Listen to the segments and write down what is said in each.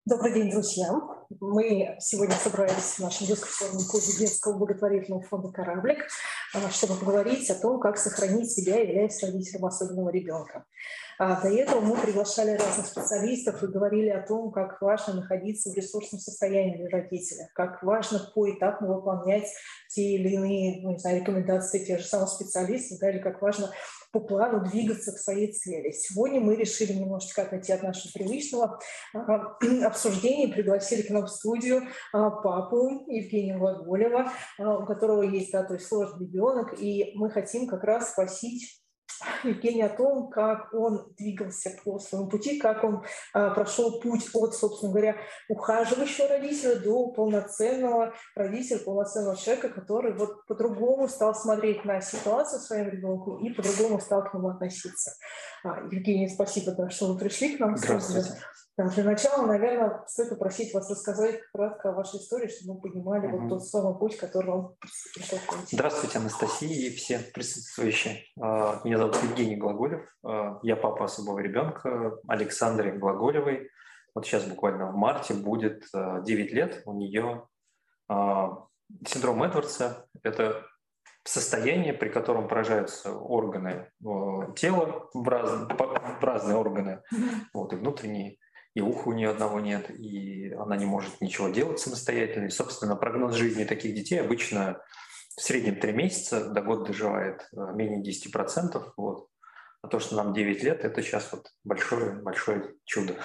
Добрый день, друзья. Мы сегодня собрались в нашем дискуссионном клубе детского благотворительного фонда «Кораблик», чтобы поговорить о том, как сохранить себя, являясь родителем особенного ребенка. До этого мы приглашали разных специалистов и говорили о том, как важно находиться в ресурсном состоянии для родителя, как важно поэтапно выполнять те или иные, рекомендации тех же самых специалистов, или как важно по плану двигаться к своей цели. Сегодня мы решили немножечко отойти от нашего привычного обсуждения, пригласили к нам в студию папу Евгения Глаголева, у которого есть, то есть сложный ребенок, и мы хотим как раз спросить Евгения о том, как он двигался по своему пути, как он прошел путь от, собственно говоря, ухаживающего родителя до полноценного родителя, полноценного человека, который вот по-другому стал смотреть на ситуацию своим ребенку и по-другому стал к нему относиться. Евгений, спасибо, что вы пришли к нам. Здравствуйте. Для начала, наверное, стоит попросить вас рассказать кратко о вашей истории, чтобы мы понимали вот тот самый путь, который вам пришел к пути. Здравствуйте, Анастасия и все присутствующие. Меня зовут Евгений Глаголев. Я папа особого ребенка Александры Глаголевой. Вот сейчас буквально в марте будет 9 лет. У нее синдром Эдвардса. Это состояние, при котором поражаются органы тела, в разные органы, и внутренние. И уха у нее одного нет, и она не может ничего делать самостоятельно. И, собственно, прогноз жизни таких детей обычно в среднем 3 месяца, до года доживает менее 10%. Вот. А то, что нам 9 лет, это сейчас вот большое чудо,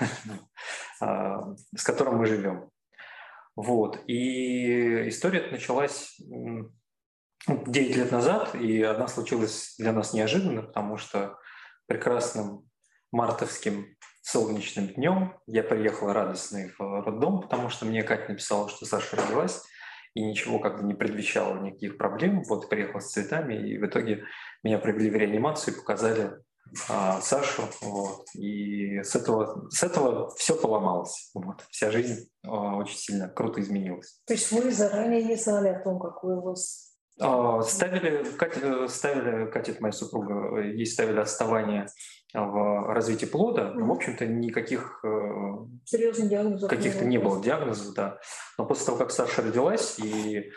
с которым мы живем. Вот. И история началась 9 лет назад, и она случилась для нас неожиданно, потому что прекрасным мартовским солнечным днем я приехал радостный в роддом, потому что мне Катя написала, что Саша родилась, и ничего не предвещало никаких проблем. Вот приехал с цветами, и в итоге меня провели в реанимацию и показали Сашу. Вот. И с этого все поломалось. Вот. Вся жизнь очень сильно круто изменилась. То есть вы заранее не знали о том, какой у вас... Катя, моя супруга, ей ставили отставание в развитии плода. В общем-то, никаких серьезных диагнозов каких-то не было диагнозов, да. Но после того, как Саша родилась, и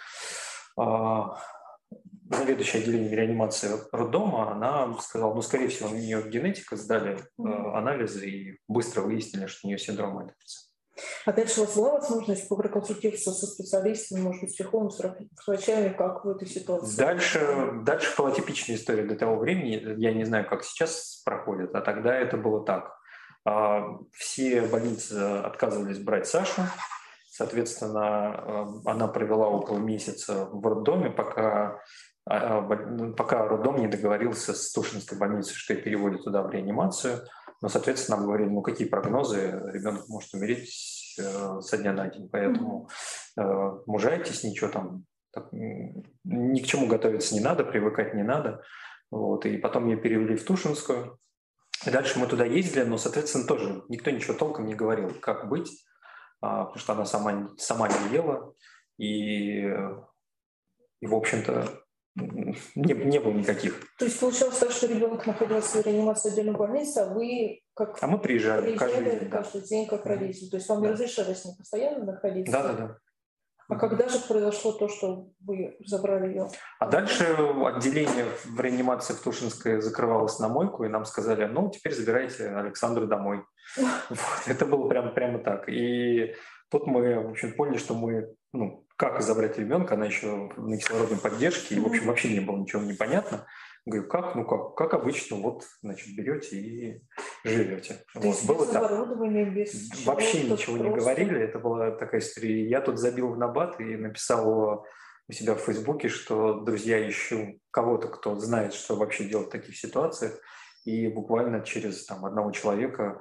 заведующая отделением реанимации роддома, она сказала, скорее всего, у нее генетика, сдали анализы и быстро выяснили, что у нее синдром Эдвардса. А дальше у вас была возможность проконсультироваться со специалистами, может быть, с психологом, с врачами, как в этой ситуации? Дальше была типичная история до того времени. Я не знаю, как сейчас проходит, а тогда это было так. Все больницы отказывались брать Сашу. Соответственно, она провела около месяца в роддоме, пока роддом не договорился с Тушинской больницей, что их переводят туда в реанимацию. Но, соответственно, нам говорили, какие прогнозы, ребенок может умереть со дня на день. Поэтому мужайтесь, ничего там, ни к чему готовиться не надо, привыкать не надо. Вот. И потом ее перевели в Тушинскую. И дальше мы туда ездили, но, соответственно, тоже никто ничего толком не говорил, как быть, потому что она сама не ела. И в общем-то, не было никаких. То есть получалось так, что ребенок находился в реанимации отдельной больницы, а вы А мы приезжали каждый день как родитель. То есть вам не разрешали с ней постоянно находиться? Да. А когда же произошло то, что вы забрали ее? А дальше отделение в реанимации в Тушинской закрывалось на мойку, и нам сказали, теперь забирайте Александру домой. Это было прямо так. И тут мы, в общем, поняли, что мы, как забрать ребенка, она еще на кислородной поддержке, и, в общем, вообще не было ничего непонятно. Говорю, как обычно, берете и живете. То есть было без оборудования, без вообще ничего не говорили, это была такая история. Я тут забил в набат и написал у себя в Фейсбуке, что, друзья, ищу кого-то, кто знает, что вообще делать в таких ситуациях. И буквально через одного человека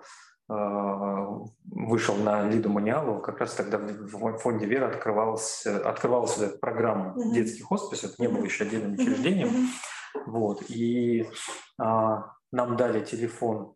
вышел на Лиду Маниалову. Как раз тогда в фонде «Вера» открывалась эта программа детских хосписов, не было еще отдельным учреждением. Вот. И нам дали телефон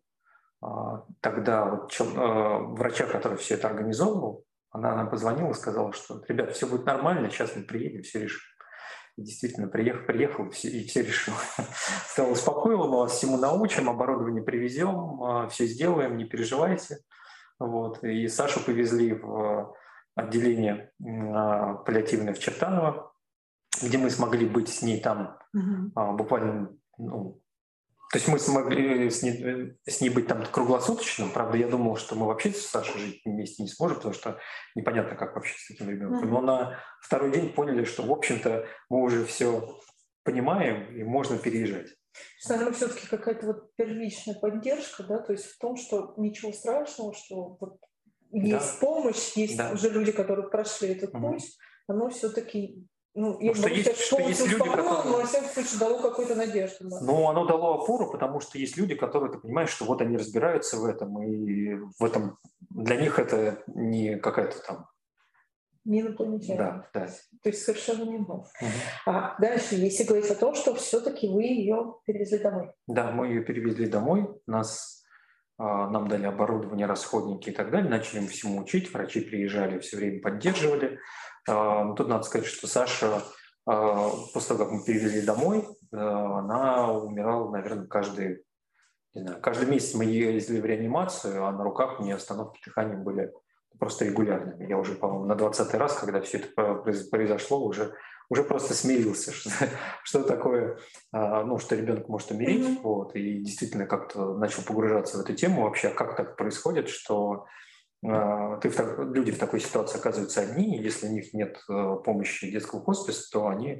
тогда врача, который все это организовывал. Она нам позвонила и сказала, что, ребят, все будет нормально, сейчас мы приедем, все решим. И действительно, приехал и все решил. Сказал, успокоил, мы вас всему научим, оборудование привезем, все сделаем, не переживайте. Вот. И Сашу повезли в отделение паллиативное в Чертаново, где мы смогли быть с ней там буквально, ну, то есть мы смогли с ней быть там круглосуточно. Правда, я думал, что мы вообще с Сашей жить вместе не сможем, потому что непонятно, как вообще с этим ребенком. Но на второй день поняли, что, в общем-то, мы уже все понимаем и можно переезжать. Наверное, все-таки какая-то вот первичная поддержка, да, то есть в том, что ничего страшного, что вот есть помощь, есть уже люди, которые прошли этот путь, оно все-таки, ну, я что есть люди, которые... но во всяком случае дало какую-то надежду. Да. Ну, оно дало опору, потому что есть люди, которые, ты понимаешь, что вот они разбираются в этом, и в этом для них это не какая-то там... Не инопланетяне. Да. То есть совершенно не ново. Дальше, если говорить о том, что все-таки вы ее перевезли домой. Да, мы ее перевезли домой, нам дали оборудование, расходники и так далее, начали мы всему учить, врачи приезжали, все время поддерживали. Тут надо сказать, что Саша, после того, как мы перевезли домой, она умирала, наверное, каждый месяц мы ездили в реанимацию, а на руках у нее остановки дыхания были просто регулярными. Я уже, по-моему, на 20-й раз, когда все это произошло, уже просто смирился, что такое, что ребенок может умереть, вот, и действительно как-то начал погружаться в эту тему вообще, как так происходит, что люди в такой ситуации оказываются одни, и если у них нет помощи детского хосписа, то они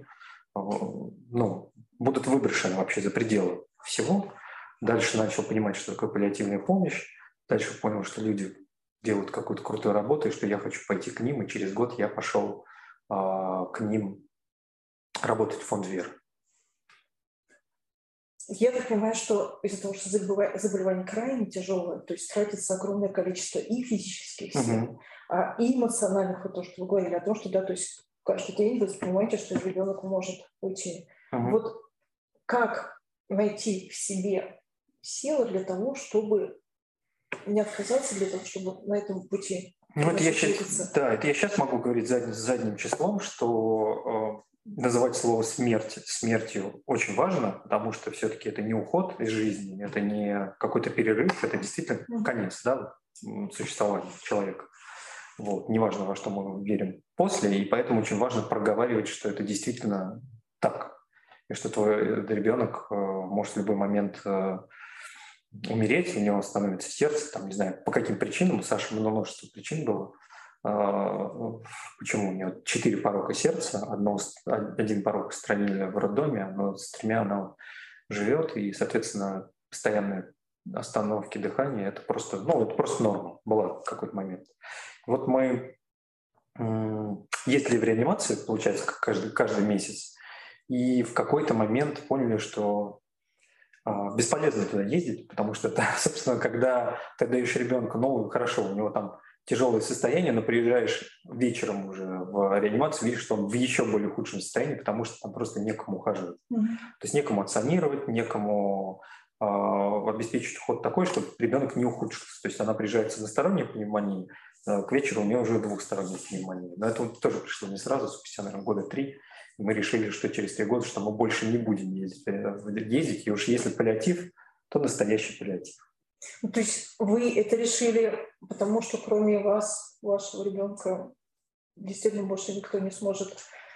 будут выброшены вообще за пределы всего. Дальше начал понимать, что такое паллиативная помощь, дальше понял, что люди делают какую-то крутую работу, и что я хочу пойти к ним, и через год я пошел к ним работать в фонд «Вера». Я так понимаю, что из-за того, что заболевание крайне тяжелое, то есть тратится огромное количество и физических сил, и эмоциональных, вот то, что вы говорили, о том, что, да, то есть каждый день вы понимаете, что ребенок может уйти. Вот как найти в себе силы для того, чтобы не отказаться, для того, чтобы на этом пути... это я сейчас могу говорить задним числом, что называть слово «смерть» смертью очень важно, потому что все-таки это не уход из жизни, это не какой-то перерыв, это действительно конец, да, существования человека. Вот. Неважно, во что мы верим после, и поэтому очень важно проговаривать, что это действительно так, и что твой ребенок может в любой момент умереть, у него становится сердце, там, не знаю, по каким причинам, у Саши множество причин было, почему у нее 4 порока сердца, один порок устранили в роддоме, но с 3 она живет, и, соответственно, постоянные остановки дыхания, это просто норма была в какой-то момент. Вот мы ездили в реанимацию, получается, каждый месяц, и в какой-то момент поняли, что бесполезно туда ездить, потому что, собственно, когда ты даешь ребенку, хорошо, у него там тяжелое состояние, но приезжаешь вечером уже в реанимацию, видишь, что он в еще более худшем состоянии, потому что там просто некому ухаживать. То есть некому отсанировать, некому обеспечить уход такой, чтобы ребенок не ухудшился. То есть она приезжает с односторонней пневмонией, к вечеру у нее уже двухсторонняя пневмония. Но это тоже пришло не сразу, спустя, наверное, года 3. И мы решили, что через 3 года, что мы больше не будем ездить. И уж если паллиатив, то настоящий паллиатив. То есть вы это решили, потому что кроме вас, вашего ребенка, действительно больше никто не сможет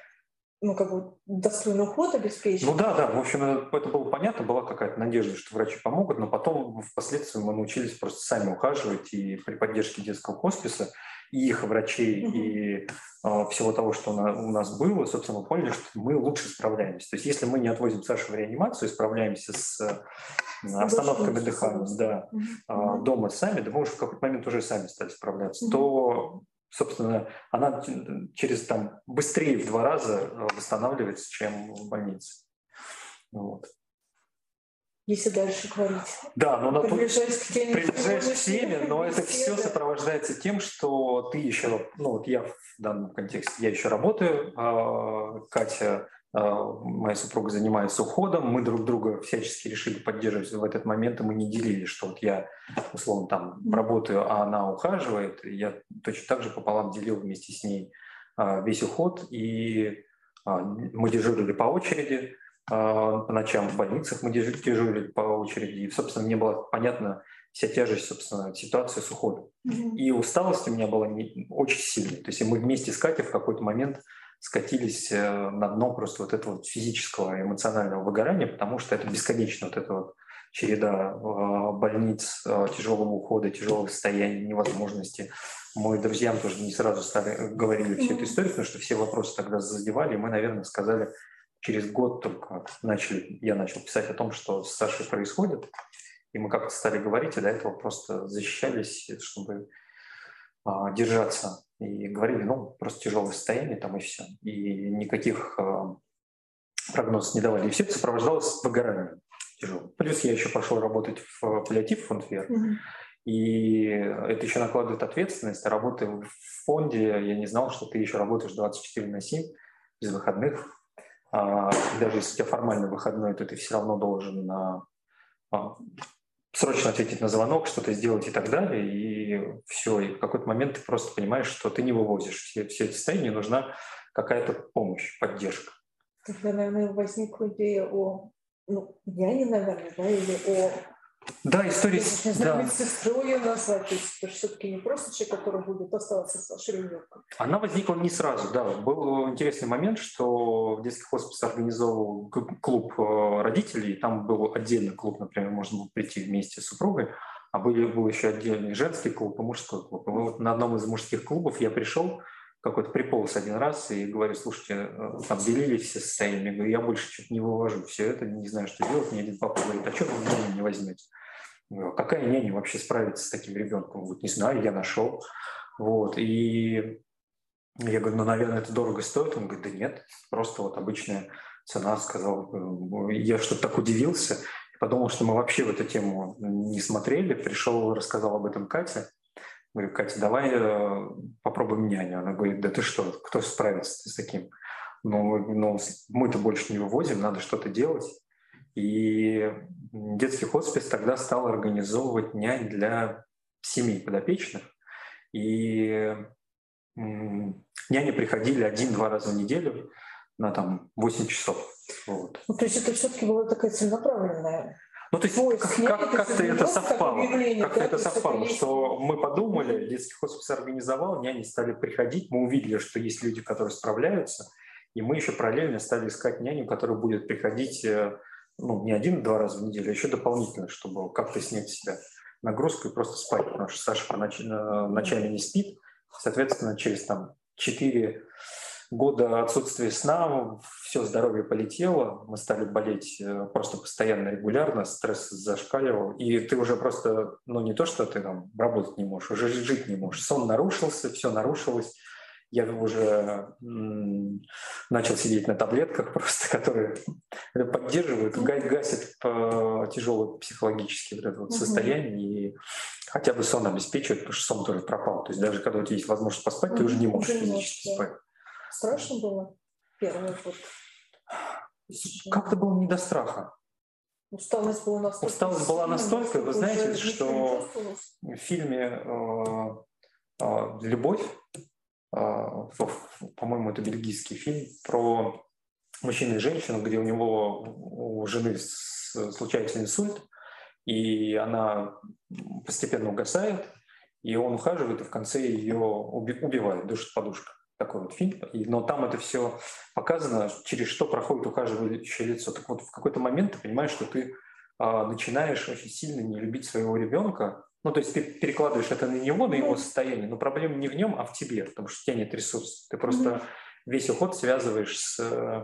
достойный уход обеспечить? Да. В общем, это было понятно, была какая-то надежда, что врачи помогут, но потом впоследствии мы научились просто сами ухаживать, и при поддержке детского хосписа, и их врачей, и всего того, что у нас было, собственно, мы поняли, что мы лучше справляемся. То есть если мы не отвозим Сашу в реанимацию и справляемся с остановками дыхания дома сами, да мы уже в какой-то момент уже сами стали справляться, то, собственно, она быстрее в 2 раза восстанавливается, чем в больнице. Вот. Если дальше говорить. Да, но приближаясь к теме, но это все сопровождается тем, что ты еще, я в данном контексте, я еще работаю, Катя, моя супруга, занимается уходом, мы друг друга всячески решили поддерживать в этот момент, и мы не делили, что вот я, условно, работаю, а она ухаживает, и я точно так же пополам делил вместе с ней весь уход, и мы дежурили по очереди, по ночам в больницах мы дежурили по очереди, и, собственно, мне было понятно, вся тяжесть, собственно, ситуации с уходом. И усталость у меня была очень сильной. То есть мы вместе с Катей в какой-то момент скатились на дно просто вот этого физического, эмоционального выгорания, потому что это бесконечно, вот эта вот череда больниц, тяжелого ухода, тяжелого состояния, невозможности. Мы друзьям тоже не сразу говорили всю эту историю, потому что все вопросы тогда задевали, и мы, наверное, сказали, через год только я начал писать о том, что с Сашей происходит, и мы как-то стали говорить, и до этого просто защищались, чтобы держаться. И говорили, просто тяжелое состояние там и все. И никаких прогнозов не давали. И все это сопровождалось выгоранием тяжелым. Плюс я еще пошел работать в паллиатив фонд ВЕР. И это еще накладывает ответственность. Работая в фонде, я не знал, что ты еще работаешь 24/7, без выходных. Даже если у тебя формально выходной, то ты все равно должен срочно ответить на звонок, что-то сделать и так далее, и все. И в какой-то момент ты просто понимаешь, что ты не вывозишь все эти состояния, нужна какая-то помощь, поддержка. Тогда, наверное, возникла идея о няне, наверное, да, или о... Да, история... Не знаю, медсестрой ее назвать, то есть это все-таки не просто человек, который будет оставаться с вашей ребенком. Она возникла не сразу, да. Был интересный момент, что в детский хоспис организовал клуб родителей, там был отдельный клуб, например, можно было прийти вместе с супругой, а был еще отдельный женский клуб и мужской клуб. И вот на одном из мужских клубов я пришел, какой-то приполз один раз, и говорю, слушайте, там делились все состояниями, я говорю, я больше что-то не вывожу все это, не знаю, что делать. Мне один папа говорит, а что вы няню не возьмете? Говорю, какая няня вообще справится с таким ребенком? Он говорит, не знаю, я нашел. Вот, и я говорю, наверное, это дорого стоит. Он говорит, да нет, просто вот обычная цена, сказал. Я что-то так удивился, подумал, что мы вообще в эту тему не смотрели. Пришел, рассказал об этом Кате. Говорю, Катя, давай попробуем няню. Она говорит, да ты что, кто справится с таким? Мы-то больше не вывозим, надо что-то делать. И детский хоспис тогда стал организовывать нянь для семей подопечных. И няни приходили 1-2 раза в неделю на 8 часов. Вот. То есть это все-таки была такая целенаправленная... То есть как-то это совпало. Как-то это совпало, что мы подумали, детский хоспис организовал, няни стали приходить, мы увидели, что есть люди, которые справляются, и мы еще параллельно стали искать няню, которая будет приходить не 1-2 раза в неделю, а еще дополнительно, чтобы как-то снять с себя нагрузку и просто спать, потому что Саша ночами не спит. Соответственно, через 4 года отсутствия сна все здоровье полетело, мы стали болеть просто постоянно, регулярно, стресс зашкаливал, и ты уже просто, не то, что ты работать не можешь, уже жить не можешь. Сон нарушился, все нарушилось. Я уже начал сидеть на таблетках просто, которые поддерживают, гасят тяжелое психологически состояние и хотя бы сон обеспечивают, потому что сон тоже пропал. То есть даже когда у тебя есть возможность поспать, ты уже не можешь физически спать. Страшно было первый год? Как-то было не до страха. Усталость была настолько. Усталость была настолько, вы знаете, что в фильме «Любовь», по-моему, это бельгийский фильм про мужчину и женщину, где у жены случается инсульт, и она постепенно угасает, и он ухаживает, и в конце ее убивает, душит подушкой. Такой вот фильм. Но там это все показано, через что проходит ухаживающее лицо. Так вот, в какой-то момент ты понимаешь, что ты начинаешь очень сильно не любить своего ребенка. То есть ты перекладываешь это на него, на его состояние, но проблема не в нем, а в тебе, потому что у тебя нет ресурсов. Ты просто весь уход связываешь с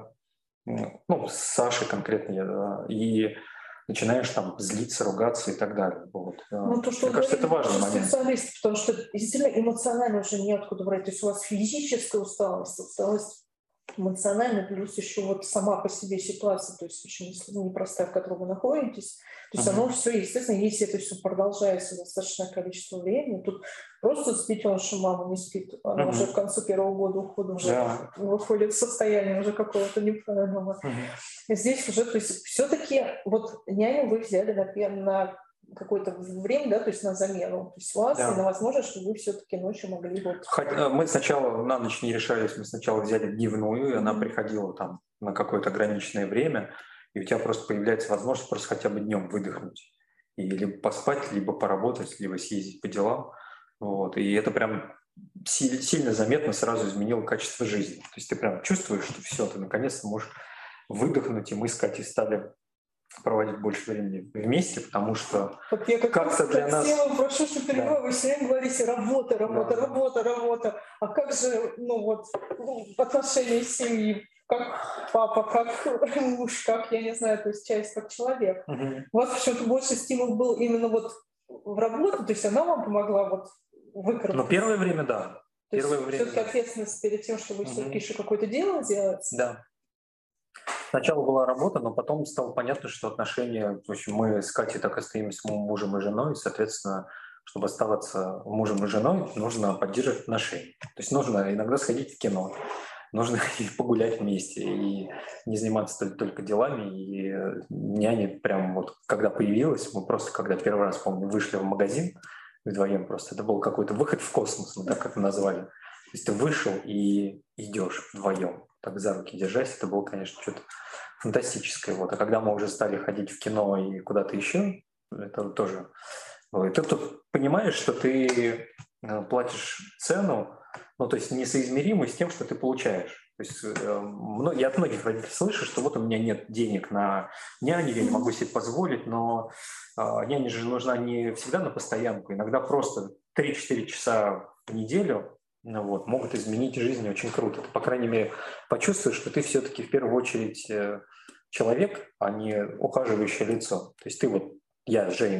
Сашей конкретно, и начинаешь злиться, ругаться и так далее. Вот. Мне кажется, это важный момент. Потому что действительно эмоционально уже неоткуда брать. То есть у вас физическая усталость эмоциональная, плюс еще сама по себе ситуация, то есть очень непростая, в которой вы находитесь. То есть оно все, естественно, если это все продолжается достаточное количество времени, тут просто действительно, что мама не спит, она уже к концу первого года ухода уже выходит в состояние уже какого-то неправильного. И здесь уже, то есть все-таки няню вы взяли на какое-то время, да, то есть на замену. То есть у вас и на возможность, что вы все-таки ночью могли Мы сначала на ночь не решались, мы сначала взяли дневную, и она приходила на какое-то ограниченное время, и у тебя просто появляется возможность просто хотя бы днем выдохнуть. и либо поспать, либо поработать, либо съездить по делам. Вот. И это прям сильно заметно сразу изменило качество жизни. То есть ты прям чувствуешь, что все, ты наконец-то можешь выдохнуть, и мы с Катей стали проводить больше времени вместе, потому что вот я как-то для нас... прошу, что перебиваю, вы все время говорите работа, работа, да. работа, работа. А как же, отношения семьи? Как папа, как муж, как, я не знаю, то есть часть как человек. У вас почему-то больше стимул был именно вот в работу, то есть она вам помогла выкарабкаться? Но первое время, да. То есть все-таки ответственность перед тем, что вы все-таки еще какое-то дело делаете? Да. Сначала была работа, но потом стало понятно, что отношения, в общем, мы с Катей так остаемся мужем и женой, и, соответственно, чтобы оставаться мужем и женой, нужно поддерживать отношения. То есть нужно иногда сходить в кино, нужно погулять вместе и не заниматься только делами. И няня прям вот когда появилась, мы просто когда первый раз, помню, вышли в магазин вдвоем просто, это был какой-то выход в космос, мы так это назвали. То есть ты вышел и идешь вдвоем, так за руки держась, это было, конечно, что-то фантастическое. Вот. А когда мы уже стали ходить в кино и куда-то еще, это тоже... И ты тут понимаешь, что ты платишь цену, то есть несоизмеримую с тем, что ты получаешь. То есть я от многих родителей слышу, что вот у меня нет денег на няню, я не могу себе позволить, но няня же нужна не всегда на постоянку, иногда просто 3-4 часа в неделю могут изменить жизнь очень круто. Ты, по крайней мере, почувствуешь, что ты все-таки в первую очередь человек, а не ухаживающее лицо. То есть я Женя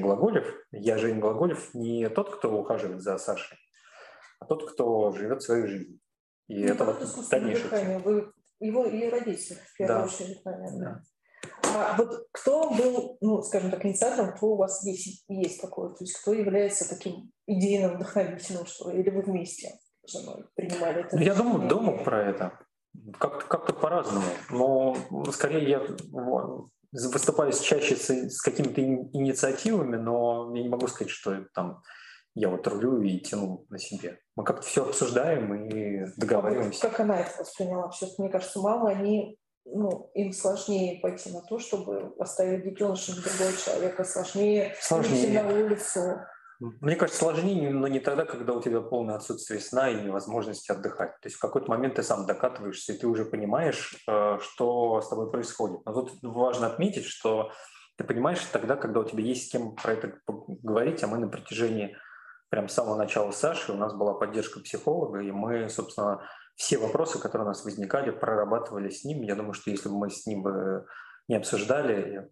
Глаголев не тот, кто ухаживает за Сашей, а тот, кто живет свою жизнь. И это дыхание. Вы его или родители, в первую очередь, наверное. Да. А вот кто был, скажем так, инициатором, кто у вас есть такой, то есть кто является таким идейным вдохновителем, что или вы вместе с женой принимали это? Я думал про это. Как-то по-разному. Но скорее я выступаю чаще с какими-то инициативами, но я не могу сказать, что там я рулю и тяну на себе. Мы как-то все обсуждаем и договариваемся. Как она это восприняла? Все-таки, мне кажется, мамы, они, им сложнее пойти на то, чтобы оставить детеныша для другого человека, сложнее выйти на улицу. Мне кажется, сложнее, но не тогда, когда у тебя полное отсутствие сна и невозможности отдыхать. То есть в какой-то момент ты сам докатываешься, и ты уже понимаешь, что с тобой происходит. Но тут важно отметить, что ты понимаешь тогда, когда у тебя есть с кем про это говорить, а мы на протяжении прям с самого начала с Сашей, у нас была поддержка психолога, и мы, собственно, все вопросы, которые у нас возникали, прорабатывали с ним. Я думаю, что если бы мы с ним не обсуждали,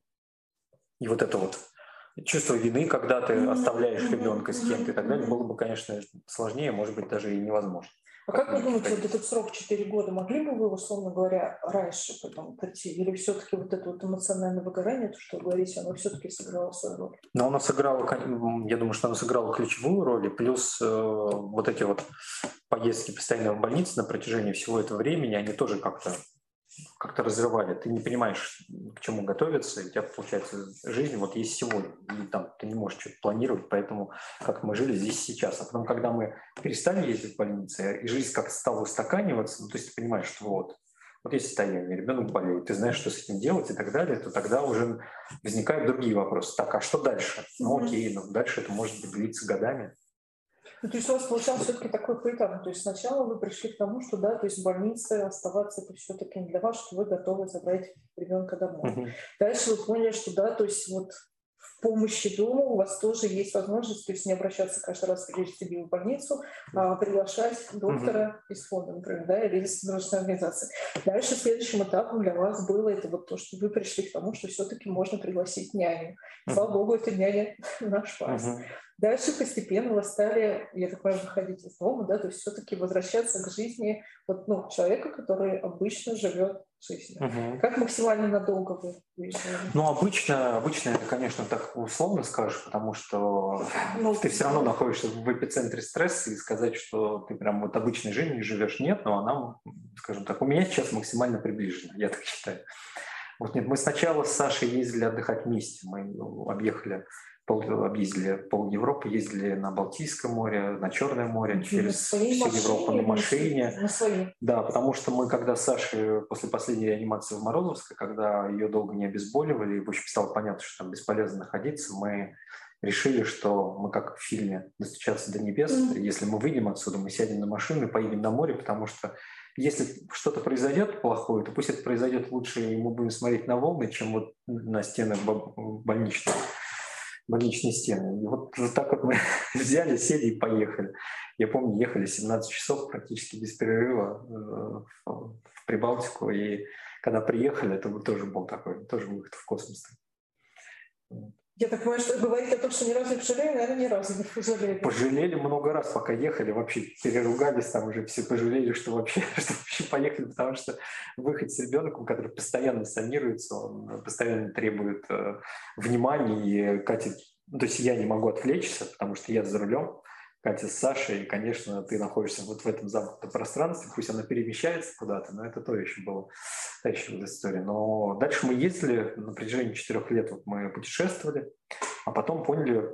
и это чувство вины, когда ты оставляешь ребенка с кем-то и так далее, было бы, конечно, сложнее, может быть, даже и невозможно. А как вы думаете, этот срок 4 года, могли бы вы, условно говоря, раньше потом прийти? Или все-таки это эмоциональное выгорание, то, что вы говорите, оно все-таки сыграло свою роль? Но оно сыграло, я думаю, что оно сыграло ключевую роль, и плюс эти поездки постоянно в больницу на протяжении всего этого времени, они тоже как-то разрывали. Ты не понимаешь, к чему готовиться, и у тебя, получается, жизнь есть сегодня, и там ты не можешь что-то планировать, поэтому как мы жили здесь сейчас. А потом, когда мы перестали ездить в больницы, и жизнь как-то стала устаканиваться, то есть ты понимаешь, что вот есть состояние, ребенок болеет, ты знаешь, что с этим делать и так далее, то тогда уже возникают другие вопросы. Так, а что дальше? Окей, дальше это может быть длиться годами. То есть у вас получалось все-таки такой поэтапно. То есть сначала вы пришли к тому, что то есть в больнице оставаться это все-таки не для вас, что вы готовы забрать ребенка домой. Дальше вы поняли, что то есть в помощи дома у вас тоже есть возможность, то есть не обращаться каждый раз, прежде себе в больницу, а приглашать доктора из фонда, например, или из дружественной организации. Дальше следующим этапом для вас было это то, что вы пришли к тому, что все-таки можно пригласить няню. Слава богу, эта няня нашлась. Дальше постепенно вы стали, я так понимаю, выходить из дома, то есть все-таки возвращаться к жизни человека, который обычно живет жизнью. Как максимально надолго вы уезжали? Обычно это, конечно, так условно скажешь, потому что ты все равно находишься в эпицентре стресса, и сказать, что ты прям обычной жизнью живешь, нет, но она, скажем так, у меня сейчас максимально приближена, я так считаю. Нет, мы сначала с Сашей ездили отдыхать вместе, мы объездили пол Европы, ездили на Балтийское море, на Черное море, через всю Европу на машине. Да, потому что мы, когда Сашей после последней реанимации в Морозовской, когда ее долго не обезболивали, и, в общем, стало понятно, что там бесполезно находиться, мы решили, что мы, как в фильме «Достучаться до небес», если мы выйдем отсюда, мы сядем на машину и поедем на море, потому что если что-то произойдет плохое, то пусть это произойдет лучше, и мы будем смотреть на волны, чем вот на стены больничной стены. И вот так вот мы взяли, сели и поехали. Я помню, ехали 17 часов практически без перерыва в Прибалтику, и когда приехали, это тоже был такой, тоже выход в космос. Я так понимаю, что говорить о том, что ни разу не пожалели, наверное, ни разу не пожалели. Пожалели много раз, пока ехали, вообще переругались, там уже все пожалели, что вообще поехали, потому что выход с ребенком, который постоянно санируется, он постоянно требует внимания, и Катя, то есть я не могу отвлечься, потому что я за рулем, Катя с Сашей, и, конечно, ты находишься вот в этом замкнутом пространстве, пусть она перемещается куда-то, но это то еще была та еще история. Но дальше мы ездили, на протяжении 4 лет вот мы путешествовали, а потом поняли,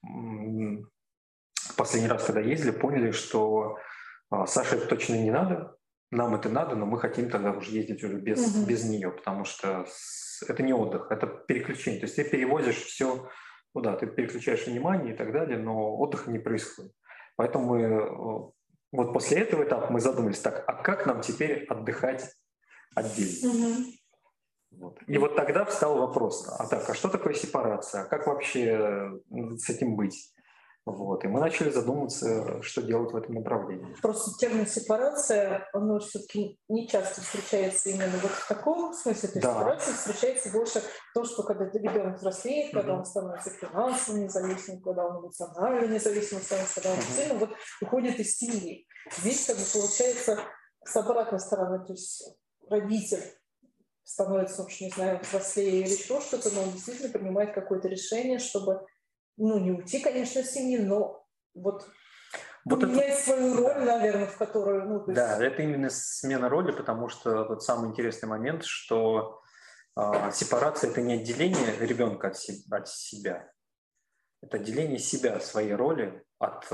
последний раз, когда ездили, поняли, что Саше это точно не надо, нам это надо, но мы хотим тогда уже ездить уже без нее, потому что это не отдых, это переключение. То есть ты перевозишь все, ну да, ты переключаешь внимание и так далее, но отдыха не происходит. Поэтому мы вот после этого этапа мы задумались, так, а как нам теперь отдыхать отдельно? Вот. И вот тогда встал вопрос, а что такое сепарация, как вообще с этим быть? Вот. И мы начали задумываться, что делать в этом направлении. Просто термин «сепарация», он все-таки не часто встречается именно вот в таком смысле. То есть сепарация встречается больше в том, что когда ребенок взрослеет, когда он становится финансово независимым, когда он эмоционально независимым становится, когда он сильно вот уходит из семьи. Здесь как бы получается с обратной стороны, то есть родитель становится, уж не знаю, взрослее или еще что-то, но он действительно принимает какое-то решение, чтобы не уйти, конечно, из семьи, но вот менять свою роль, наверное, в которую... Да, это именно смена роли, потому что тот самый интересный момент, что сепарация – это не отделение ребенка от себя, это отделение себя, своей роли от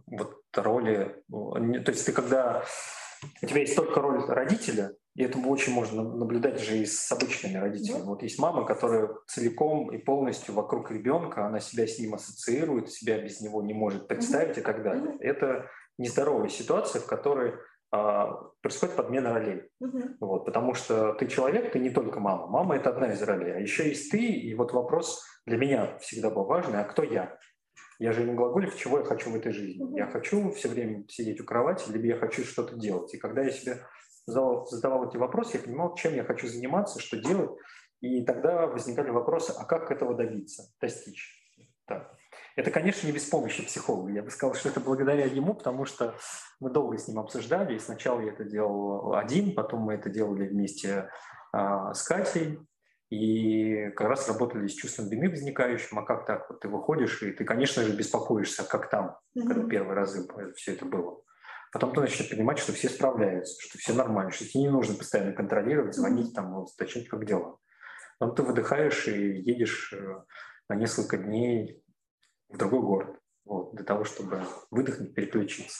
роли... То есть ты когда... У тебя есть только роль родителя, и это очень можно наблюдать же и с обычными родителями. Вот есть мама, которая целиком и полностью вокруг ребенка, она себя с ним ассоциирует, себя без него не может представить и так далее. Это нездоровая ситуация, в которой происходит подмена ролей. Вот, потому что ты человек, ты не только мама. Мама – это одна из ролей, а еще есть ты. И вот вопрос для меня всегда был важный, а кто я? Я же не глаголев, чего я хочу в этой жизни. Я хочу все время сидеть у кровати, либо я хочу что-то делать. И когда я себе задавал эти вопросы, я понимал, чем я хочу заниматься, что делать. И тогда возникали вопросы, а как этого добиться, достичь. Так. Это, конечно, не без помощи психолога. Я бы сказал, что это благодаря ему, потому что мы долго с ним обсуждали. И сначала я это делал один, потом мы это делали вместе с Катей. И как раз работали с чувством вины возникающим, а как так? Вот ты выходишь, и ты, конечно же, беспокоишься, как там, когда первые разы все это было. Потом ты начинаешь понимать, что все справляются, что все нормально, что тебе не нужно постоянно контролировать, звонить, уточнять, как дела. Потом ты выдыхаешь и едешь на несколько дней в другой город, для того, чтобы выдохнуть, переключиться.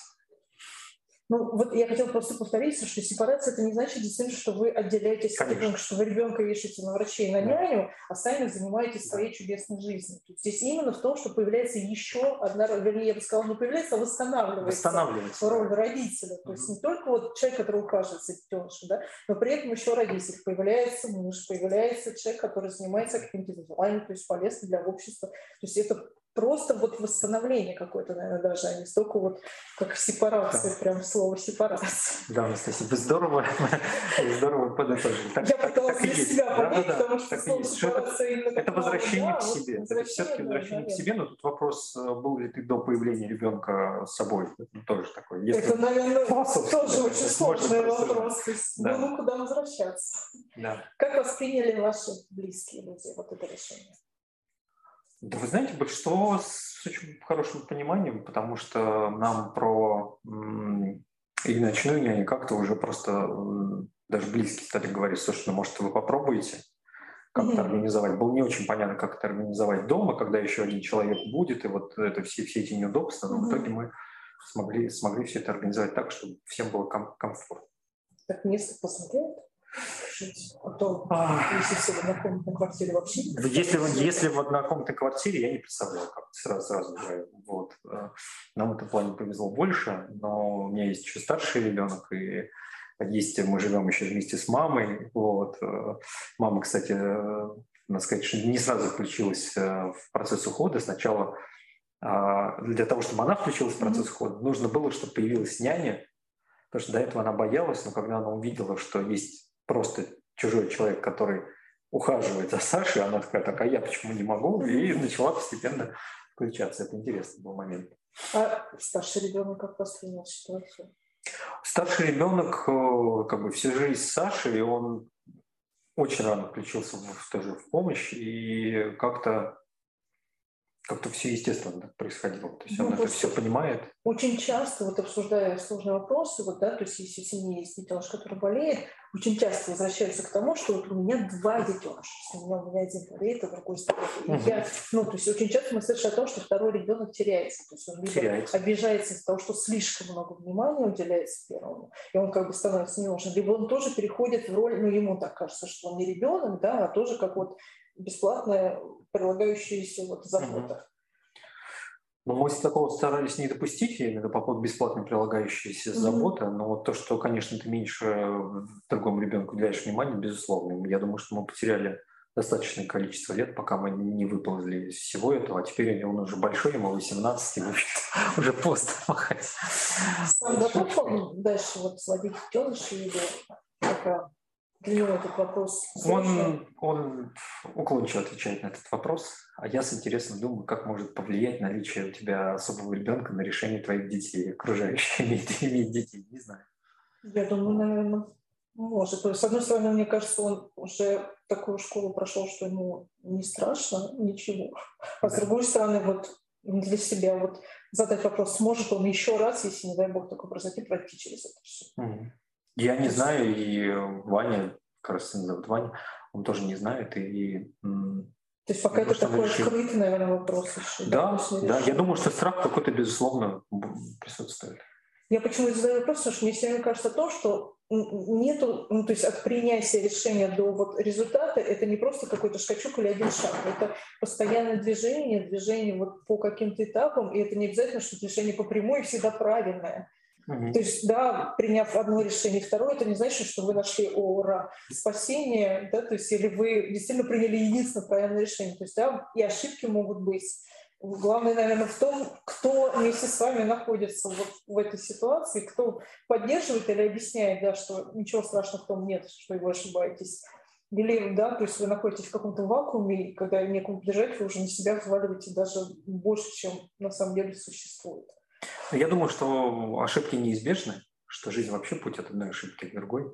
Вот я хотела просто повторить, что сепарация – это не значит действительно, что вы отделяетесь от ребенка, что вы ребенка вешаете на врачей и на няню, а сами занимаетесь своей чудесной жизнью. То есть здесь именно в том, что появляется еще одна роль, вернее, я бы сказала, не появляется, а восстанавливается роль родителя. То есть не только человек, который ухаживает за детенышем, но при этом еще родитель. Появляется муж, появляется человек, который занимается какими-то делами, то есть полезно для общества. То есть это просто восстановление какое-то, наверное, даже, а не столько как сепарация, прям слово сепарация. Да, Анастасия, вы здорово подытожили. Я пыталась для себя понять, потому что слово сепарация это возвращение к себе. Это все-таки возвращение к себе, но тут вопрос, был ли ты до появления ребенка с собой. Это тоже такой. Это, наверное, тоже очень сложный вопрос. То есть было куда возвращаться. Как восприняли ваши близкие люди это решение? Да вы знаете, большинство с очень хорошим пониманием, потому что нам про и ночную няню как-то уже просто даже близкие стали говорить, слушай, может, вы попробуете как-то организовать. Было не очень понятно, как это организовать дома, когда еще один человек будет, и это все эти неудобства, но в итоге мы смогли все это организовать так, чтобы всем было комфортно. Так место позволяет? жить? А то, если все в однокомнатной квартире вообще не если в однокомнатной квартире, я не представляю, как сразу же. Вот. Нам в этом плане повезло больше, но у меня есть еще старший ребенок, и мы живем еще вместе с мамой. Вот. Мама, кстати, надо сказать, что не сразу включилась в процесс ухода. Сначала для того, чтобы она включилась в процесс ухода, нужно было, чтобы появилась няня, потому что до этого она боялась, но когда она увидела, что есть просто чужой человек, который ухаживает за Сашей, она такая, так, а я почему не могу? И начала постепенно включаться. Это интересный был момент. А старший ребенок как воспринял ситуацию? Старший ребенок как бы всю жизнь с Сашей, он очень рано включился тоже в помощь, и как-то все естественно так происходило. То есть он это все понимает. Очень часто, вот обсуждая сложные вопросы, вот, да, то есть если в семье есть детеныш, который болеет, очень часто возвращаются к тому, что вот у меня два детеныша. У меня один болеет, а другой здоровый. То есть очень часто мы слышим о том, что второй ребенок теряется. То есть он либо обижается из-за того, что слишком много внимания уделяется первому, и он как бы становится не нужен, либо он тоже переходит в роль, ему так кажется, что он не ребенок, да, а тоже как вот бесплатная прилагающаяся вот забота. Ну, мы такого старались не допустить, именно по поводу бесплатно прилагающейся заботы, но вот то, что, конечно, ты меньше другому ребенку уделяешь внимания, безусловно. Я думаю, что мы потеряли достаточное количество лет, пока мы не выползли из всего этого, а теперь он уже большой, ему 18, и, в общем-то, уже поздно махать. Сам готов дальше вот сводить детенышей или пока? Для него этот вопрос сложный. Он уклончиво отвечает на этот вопрос, а я с интересом думаю, как может повлиять наличие у тебя особого ребенка на решение твоих детей, окружающих иметь детей, не знаю. Я думаю, наверное, может. То есть, с одной стороны, мне кажется, он уже такую школу прошел, что ему не страшно ничего. А с другой стороны, вот для себя вот задать вопрос, сможет он еще раз, если, не дай бог, такое произойти, пройти через это все. Я не знаю, и Ваня, как раз сын зовут Ваня, он тоже не знает. И, то есть пока это такой открытый, наверное, вопрос еще. Да, я думаю, что страх какой-то, безусловно, присутствует. Я почему задаю вопрос, потому что мне все время кажется то, что нету, то есть от принятия решения до вот результата это не просто какой-то скачок или один шаг, это постоянное движение вот по каким-то этапам, и это не обязательно, что движение по прямой всегда правильное. То есть, да, приняв одно решение, второе, это не значит, что вы нашли спасение, да, то есть, или вы действительно приняли единственное правильное решение. То есть, да, и ошибки могут быть. Главное, наверное, в том, кто вместе с вами находится вот в этой ситуации, кто поддерживает или объясняет, да, что ничего страшного в том нет, что вы ошибаетесь. Или, да, то есть вы находитесь в каком-то вакууме, и когда некому бежать, вы уже на себя взваливаете даже больше, чем на самом деле существует. Я думаю, что ошибки неизбежны, что жизнь вообще путь от одной ошибки к другой.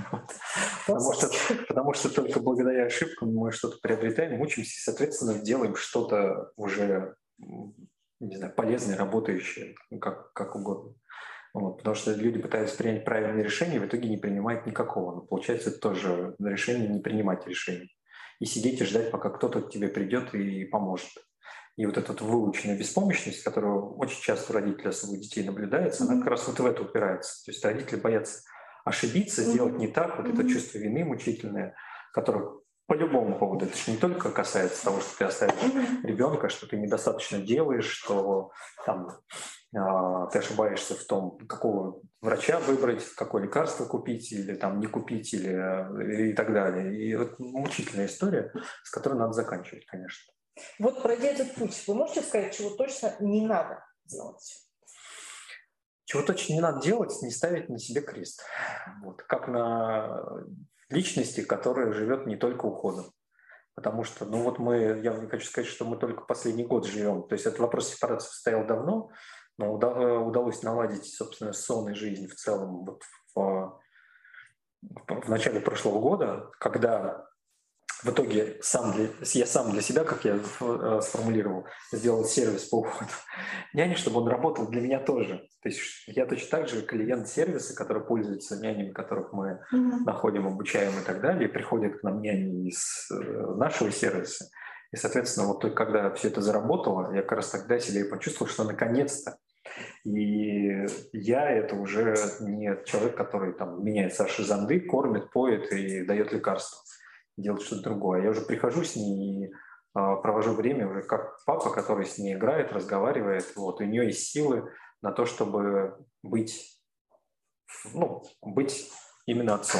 Потому что только благодаря ошибкам мы что-то приобретаем, учимся и, соответственно, делаем что-то уже, не знаю, полезное, работающее, как угодно. Потому что люди пытаются принять правильное решение, в итоге не принимают никакого. Но получается, это тоже решение не принимать решение. И сидеть и ждать, пока кто-то к тебе придет и поможет. И вот эта выученная беспомощность, которая очень часто у родителей особых детей наблюдается, она как раз вот в это упирается. То есть родители боятся ошибиться, сделать не так. Вот это чувство вины мучительное, которое по любому поводу, это же не только касается того, что ты оставишь ребенка, что ты недостаточно делаешь, что там, ты ошибаешься в том, какого врача выбрать, какое лекарство купить или там не купить и так далее. И вот мучительная история, с которой надо заканчивать, конечно. Вот пройдя этот путь, вы можете сказать, чего точно не надо делать? Чего точно не надо делать, не ставить на себе крест. Вот. Как на личности, которая живет не только уходом. Потому что, я не хочу сказать, что мы только последний год живем. То есть этот вопрос сепарации стоял давно, но удалось наладить, собственно, сон и жизнь в целом вот в начале прошлого года, когда в итоге я сам для себя, как я сформулировал, сделал сервис по уходу няни, чтобы он работал для меня тоже. То есть я точно так же клиент сервиса, который пользуется нянями, которых мы находим, обучаем и так далее, и приходят к нам няни из нашего сервиса. И, соответственно, вот только когда все это заработало, я как раз тогда себя и почувствовал, что наконец-то И я это уже не человек, который там меняет Саши зонды, кормит, поет и дает лекарства, делает что-то другое. Я уже прихожу с ней и провожу время уже как папа, который с ней играет, разговаривает. Вот. У нее есть силы на то, чтобы быть именно отцом.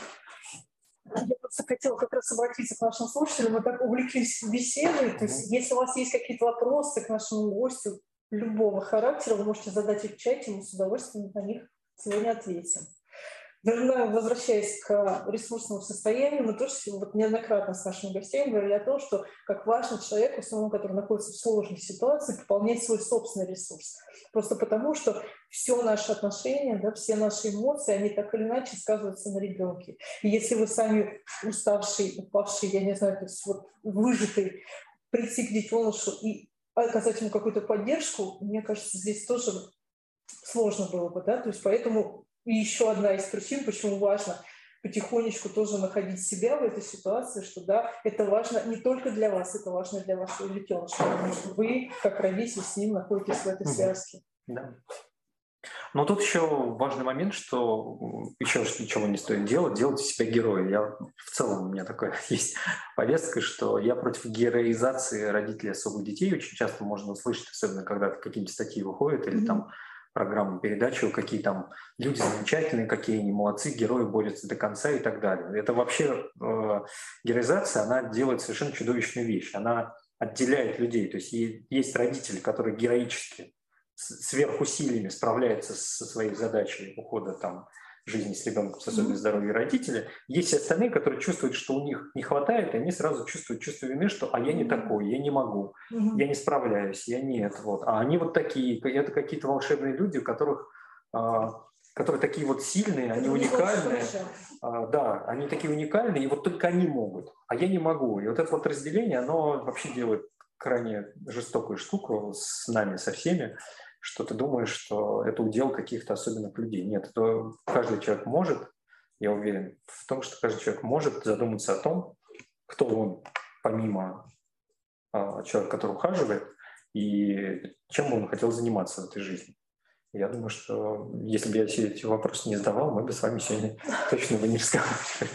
Я просто хотела как раз обратиться к нашим слушателям. Мы так увлеклись беседой. То есть, если у вас есть какие-то вопросы к нашему гостю любого характера, вы можете задать их в чате, мы с удовольствием на них сегодня ответим. Возвращаясь к ресурсному состоянию, мы тоже неоднократно с нашими гостями говорили о том, что как важно человеку, самому, который находится в сложной ситуации, пополнять свой собственный ресурс. Просто потому, что все наши отношения, все наши эмоции, они так или иначе сказываются на ребенке. И если вы сами уставший, упавший, я не знаю, то есть выжатый, прийти к детенышу и оказать ему какую-то поддержку, мне кажется, здесь тоже сложно было бы, да, то есть поэтому и еще одна из причин, почему важно потихонечку тоже находить себя в этой ситуации, что да, это важно не только для вас, это важно для вашего детеныша, потому что вы, как родитель, с ним находитесь в этой связке. Да. Но тут еще важный момент, что еще ничего не стоит делать из себя героя. В целом у меня такая есть повестка, что я против героизации родителей особых детей. Очень часто можно услышать, особенно когда какие-нибудь статьи выходят или там программы, передачи, какие там люди замечательные, какие они молодцы, герои борются до конца и так далее. Это вообще героизация, она делает совершенно чудовищную вещь. Она отделяет людей. То есть есть родители, которые героически сверхусилиями справляются со своей задачей ухода жизни с ребенком с особенностью здоровья родителя. Есть все остальные, которые чувствуют, что у них не хватает, и они сразу чувствуют чувство вины, что я не такой, я не могу, я не справляюсь, я нет. Вот. А они такие, это какие-то волшебные люди, которые такие сильные, они уникальные. Да, они такие уникальные, и только они могут, а я не могу. И это разделение, оно вообще делает крайне жестокую штуку с нами, со всеми, что ты думаешь, что это удел каких-то особенных людей. Нет, это каждый человек может, я уверен в том, что каждый человек может задуматься о том, кто он, помимо человека, который ухаживает, и чем бы он хотел заниматься в этой жизни. Я думаю, что если бы я все эти вопросы не задавал, мы бы с вами сегодня точно бы не разговаривали.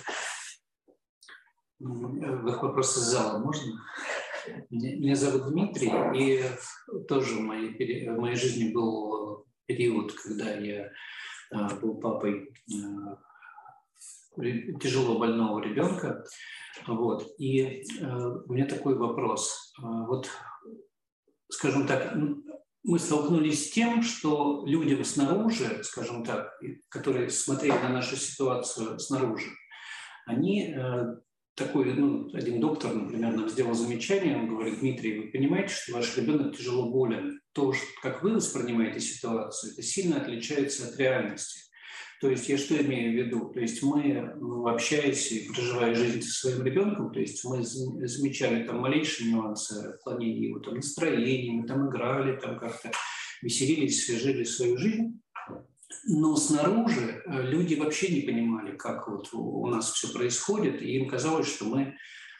Вопрос из зала можно? Меня зовут Дмитрий, и тоже в моей жизни был период, когда я был папой тяжело больного ребенка. Вот. И у меня такой вопрос. Скажем так, мы столкнулись с тем, что людям снаружи, скажем так, которые смотрели на нашу ситуацию снаружи, они... один доктор, например, нам сделал замечание, он говорит: Дмитрий, вы понимаете, что ваш ребенок тяжело болен? То, как вы воспринимаете ситуацию, это сильно отличается от реальности. То есть я что имею в виду? То есть мы, общаясь и проживая жизнь со своим ребенком, то есть мы замечали малейшие нюансы в плане его настроения, мы играли, как-то веселились, жили свою жизнь. Но снаружи люди вообще не понимали, как у нас все происходит, и им казалось, что мы,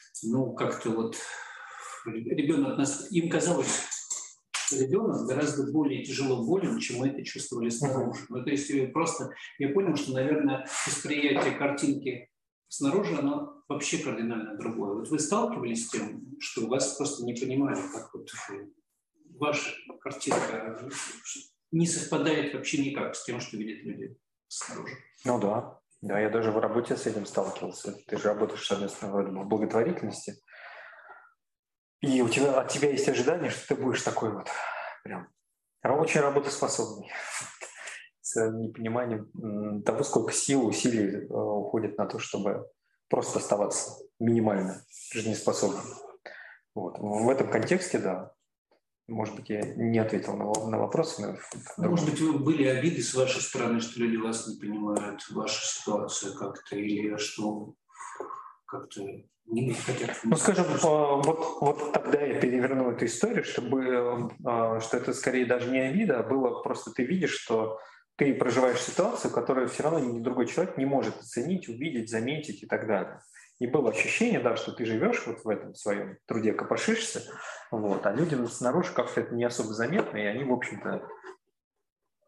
им казалось, что ребенок гораздо более тяжело болен, чем мы это чувствовали снаружи. То есть просто я понял, что, наверное, восприятие картинки снаружи, оно вообще кардинально другое. Вы сталкивались с тем, что вас просто не понимали, как ваша картинка не совпадает вообще никак с тем, что видят люди снаружи. Ну да. Да, я даже в работе с этим сталкивался. Ты же работаешь, соответственно, в благотворительности. И от тебя есть ожидание, что ты будешь такой прям очень работоспособный. С непониманием того, сколько сил, усилий уходит на то, чтобы просто оставаться минимально жизнеспособным. В этом контексте, да. Может быть, я не ответил на вопрос. Может быть, были обиды с вашей стороны, что люди вас не понимают, вашу ситуацию как-то, или что как-то не хотят... Скажем, тогда я переверну эту историю, что это скорее даже не обида, а было просто ты видишь, что ты проживаешь ситуацию, которую все равно ни другой человек не может оценить, увидеть, заметить и так далее. И было ощущение, да, что ты живешь в этом своем труде, копошишься, а людям снаружи как-то это не особо заметно, и они, в общем-то,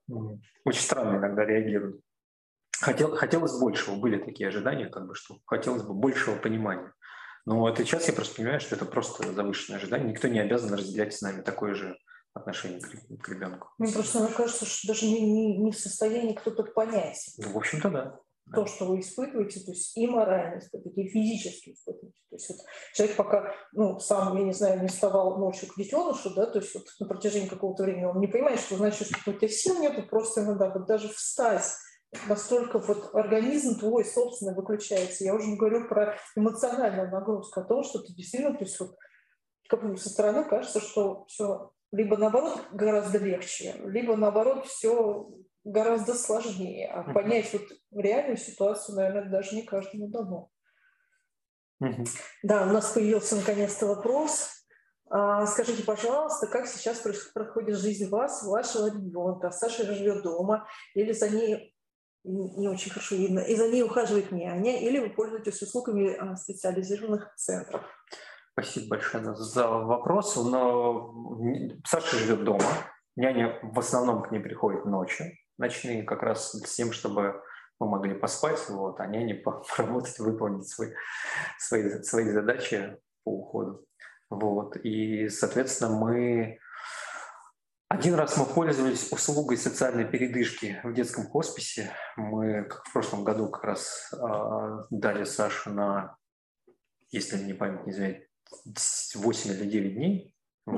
очень странно иногда реагируют. Хотелось большего, были такие ожидания, как бы, что хотелось бы большего понимания. Но это сейчас я просто понимаю, что это просто завышенное ожидание. Никто не обязан разделять с нами такое же отношение к ребенку. Мне просто кажется, что даже не в состоянии кто-то понять. Ну, в общем-то, да. То, что вы испытываете, то есть и морально испытываете, и физически испытываете. То есть вот человек пока, сам, я не знаю, не вставал ночью к детенышу, да, то есть вот на протяжении какого-то времени он не понимает, что значит, что у тебя сил нету, просто иногда вот даже встать, настолько вот организм твой собственно выключается. Я уже не говорю про эмоциональную нагрузку, о том, что ты действительно, то есть вот как бы со стороны кажется, что все либо наоборот гораздо легче, либо наоборот все гораздо сложнее. А понять вот реальную ситуацию, наверное, даже не каждому дано. Да, у нас появился наконец-то вопрос. Скажите, пожалуйста, как сейчас проходит жизнь вас, вашего ребенка? Саша живет дома или за ней не очень хорошо видно, и за ней ухаживает няня, или вы пользуетесь услугами специализированных центров? Спасибо большое за вопрос. Но Саша живет дома. Няня в основном к ней приходит ночью, ночные, как раз с тем, чтобы мы могли поспать, а няне поработать, выполнить свои задачи по уходу. И, соответственно, один раз мы пользовались услугой социальной передышки в детском хосписе. Мы, как в прошлом году, как раз дали Сашу на, если мне память не изменяет, 8 или 9 дней.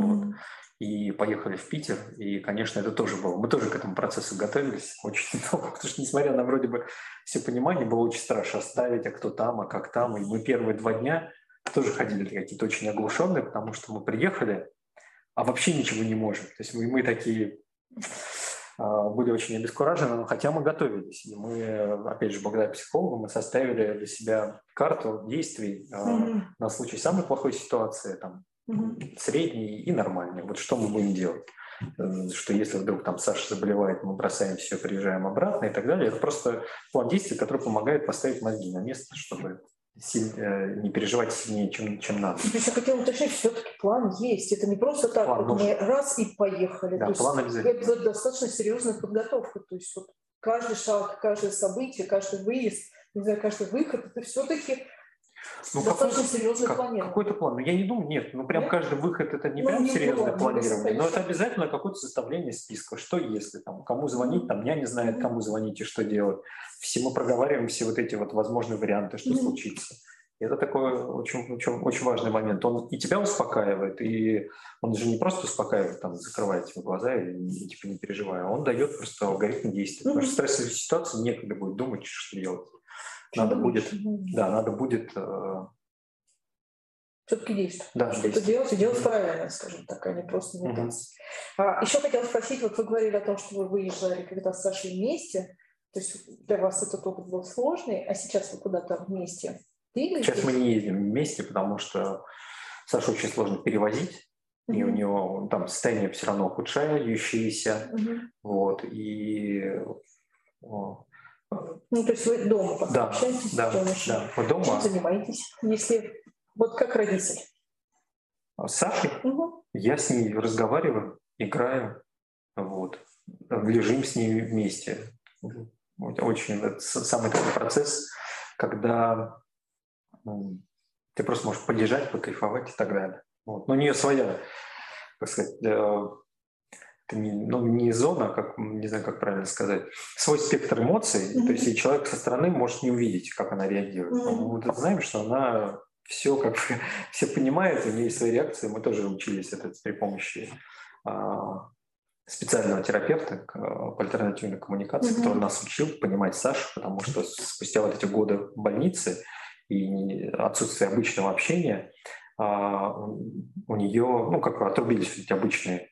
И поехали в Питер. И, конечно, это тоже было. Мы тоже к этому процессу готовились очень долго, потому что, несмотря на вроде бы все понимание, было очень страшно оставить, а кто там, а как там. И мы первые 2 дня тоже ходили какие-то очень оглушенные, потому что мы приехали, а вообще ничего не можем. То есть мы такие были очень обескуражены, хотя мы готовились. И мы, опять же, благодаря психологу, мы составили для себя карту действий на случай самой плохой ситуации, средней и нормальной. Вот что мы будем делать. Что если вдруг Саша заболевает, мы бросаем все, приезжаем обратно и так далее. Это просто план действий, который помогает поставить мозги на место, чтобы не переживать сильнее, чем надо. То есть я хотела уточнить, все-таки план есть. Это не просто так, мы раз и поехали. Да, план обязательно. Это достаточно серьезная подготовка. То есть каждый шаг, каждое событие, каждый выезд, не знаю, каждый выход, это все-таки достаточно серьезное планирование. Какой-то план. Но я не думаю, нет. Прям каждый выход это не прям серьезное планирование, но это обязательно какое-то составление списка. Что если, кому звонить, няня знает, кому звонить и что делать. Все мы проговариваем все эти возможные варианты, что случится. И это такой очень, очень, очень важный момент. Он и тебя успокаивает, и он же не просто успокаивает, закрывает тебе глаза и не переживая, он дает просто алгоритм действий. Потому что в стрессовой ситуации некогда будет думать, что делать. Надо будет все-таки действовать. Да, что-то делать и делать правильно, скажем так, а не просто метаться. Еще хотела спросить, вы говорили о том, что вы выезжали когда с Сашей вместе, то есть для вас этот опыт был сложный, а сейчас вы куда-то вместе двигаетесь? Сейчас мы не ездим вместе, потому что Сашу очень сложно перевозить, и у него состояние все равно ухудшающееся, то есть вы дома общаетесь? Да, мы дома. Чем занимаетесь, если как родитель? С Сашей я с ней разговариваю, играю, лежим с ней вместе. Очень это самый такой процесс, когда ты просто можешь полежать, покайфовать и так далее. Но у нее своя, так сказать, это не зона, не знаю, как правильно сказать, свой спектр эмоций. То есть и человек со стороны может не увидеть, как она реагирует. Но мы знаем, что она все все понимает, у нее есть свои реакции. Мы тоже учились при помощи специального терапевта по альтернативной коммуникации, который нас учил понимать Сашу, потому что спустя эти годы в больнице и отсутствие обычного общения у нее, отрубились эти обычные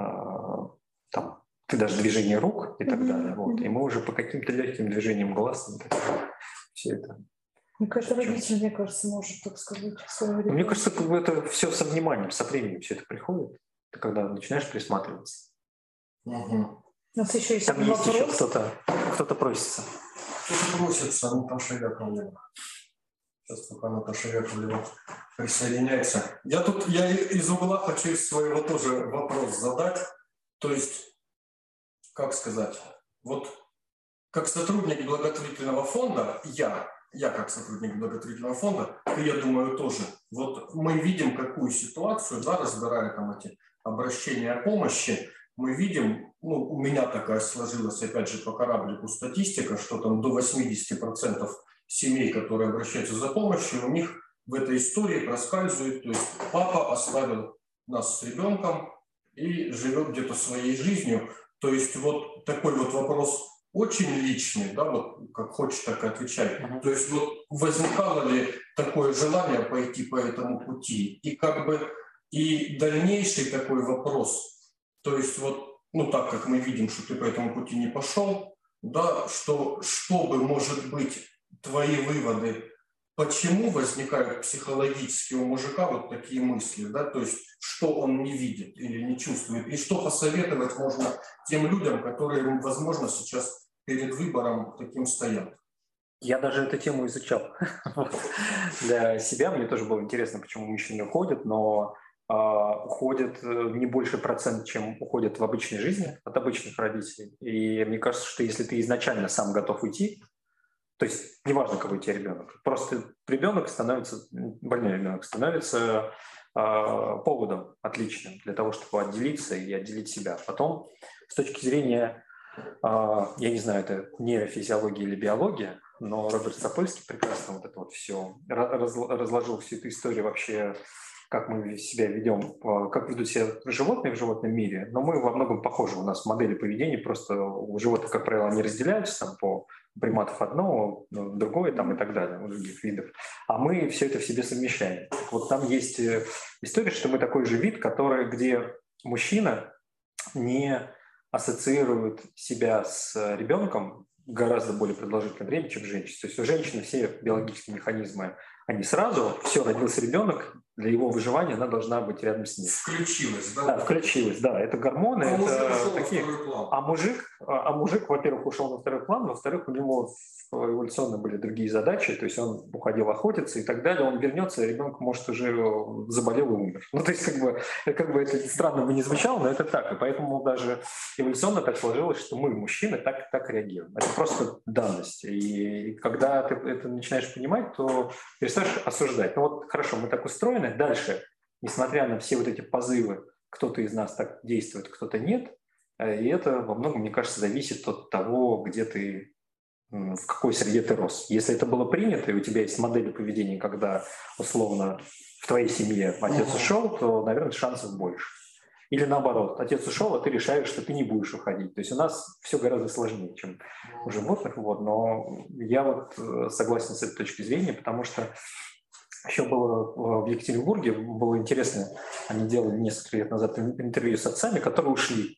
ты даже движение рук и так далее. И мы уже по каким-то легким движениям глаз все это. Каждый родитель, мне кажется, может так сказать. Мне кажется, это все со вниманием, со временем все это приходит. Ты когда начинаешь присматриваться. У нас еще есть там есть еще кто-то просится. Кто-то просится, Наташа Яковлева. Сейчас пока Наташа Яковлева присоединяется. Я из угла хочу из своего тоже вопрос задать. То есть как сказать, вот как сотрудник благотворительного фонда, я как сотрудник благотворительного фонда, я думаю тоже, вот мы видим какую ситуацию, да, разбирая там эти обращения о помощи, мы видим, ну, у меня такая сложилась, опять же, по кораблику статистика, что там до 80% семей, которые обращаются за помощью, у них в этой истории проскальзывает, то есть папа оставил нас с ребенком и живет где-то своей жизнью. То есть вот такой вот вопрос очень личный, да, вот как хочешь, так и отвечай. То есть вот возникало ли такое желание пойти по этому пути? И как бы и дальнейший такой вопрос, то есть вот, ну так как мы видим, что ты по этому пути не пошел, да, чтобы, может быть, твои выводы, почему возникают психологически у мужика вот такие мысли, да, то есть что он не видит или не чувствует, и что посоветовать можно тем людям, которые, возможно, сейчас перед выбором таким стоят. Я даже эту тему изучал для себя. Мне тоже было интересно, почему мужчины уходят, но уходят не больше процент, чем уходят в обычной жизни от обычных родителей. И мне кажется, что если ты изначально сам готов уйти, то есть неважно, какой у тебя ребенок, просто больной ребенок становится поводом отличным для того, чтобы отделиться и отделить себя. Потом, с точки зрения, я не знаю, это нейрофизиология или биология, но Роберт Сапольский прекрасно вот это вот все разложил всю эту историю вообще, как мы себя ведем, как ведут себя животные в животном мире, но мы во многом похожи. У нас модели поведения просто у животных, как правило, не разделяются там, по приматов одно, другое там, и так далее, у других видов. А мы все это в себе совмещаем. Вот там есть история, что мы такой же вид, где мужчина не ассоциирует себя с ребенком гораздо более продолжительное время, чем женщина. То есть у женщины все биологические механизмы, они сразу, все, родился ребенок, для его выживания она должна быть рядом с ним. Включилась, да? Да, включилась, да. Это гормоны, это такие. А мужик, во-первых, ушел на второй план, во-вторых, у него эволюционно были другие задачи, то есть он уходил охотиться и так далее, он вернется, ребенок, может, уже заболел и умер. Ну, то есть, как бы это странно бы не звучало, но это так. И поэтому даже эволюционно так сложилось, что мы, мужчины, так реагируем. Это просто данность. И когда ты это начинаешь понимать, то перестаешь осуждать. Ну вот хорошо, мы так устроены. Дальше, несмотря на все вот эти позывы, кто-то из нас так действует, кто-то нет. И это во многом, мне кажется, зависит от того, где ты, в какой среде ты рос. Если это было принято, и у тебя есть модели поведения, когда, условно, в твоей семье отец ушел, то, наверное, шансов больше. Или наоборот, отец ушел, а ты решаешь, что ты не будешь уходить. То есть у нас все гораздо сложнее, чем у животных. Вот. Но я вот согласен с этой точки зрения, потому что еще было в Екатеринбурге, было интересно, они делали несколько лет назад интервью с отцами, которые ушли.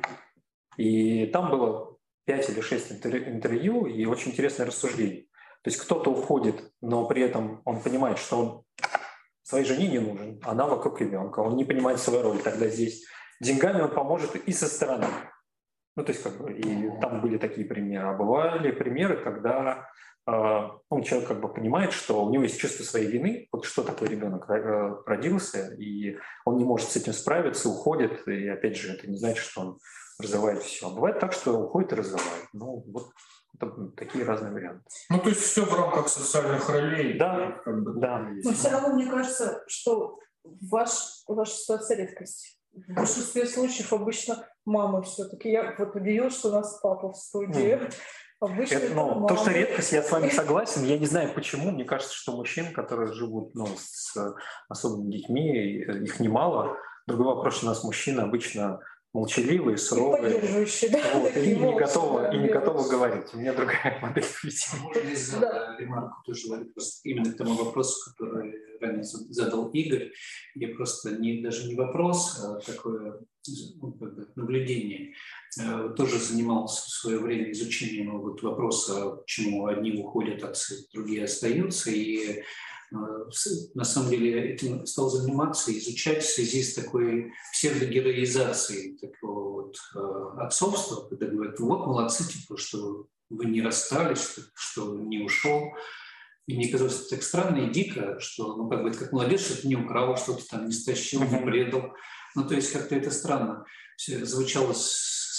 И там было 5 или 6 интервью и очень интересное рассуждение. То есть кто-то уходит, но при этом он понимает, что он своей жене не нужен, она вокруг ребенка, он не понимает свою роль. Тогда здесь деньгами он поможет и со стороны. Ну, то есть, как бы, и там были такие примеры. А бывали примеры, когда человек как бы понимает, что у него есть чувство своей вины, вот что такой ребенок родился, и он не может с этим справиться, уходит, и опять же, это не значит, что он разрывает все. А бывает так, что уходит и разрывает. Ну, вот это такие разные варианты. Ну, то есть все в рамках социальных ролей. Да, как бы, да. Но все равно, мне кажется, что ваша ситуация редкость. В большинстве случаев обычно мамы все-таки. Я вот удивилась, что у нас папа в студии. Обычно то, что редкость, я с вами согласен. Я не знаю, почему. Мне кажется, что мужчин, которые живут с особыми детьми, их немало. Другой вопрос, что у нас мужчины обычно молчаливые, суровые, и не готовы говорить. У меня другая модель поведения. Можно сделать ремарку тоже именно к тому вопросу, который ранее задал Игорь. Я просто даже не вопрос, а такое наблюдение. Тоже занимался в свое время изучением вопроса, почему одни уходят отцы, другие остаются. И на самом деле этим стал заниматься, изучать в связи с такой псевдогероизацией такого отцовства, когда говорят, вот молодцы, типа, что вы не расстались, что не ушел. И мне казалось, это так странно и дико, что, это как молодец, что ты не украл, что ты там не стащил, не предал. Ну, то есть как-то это странно звучало с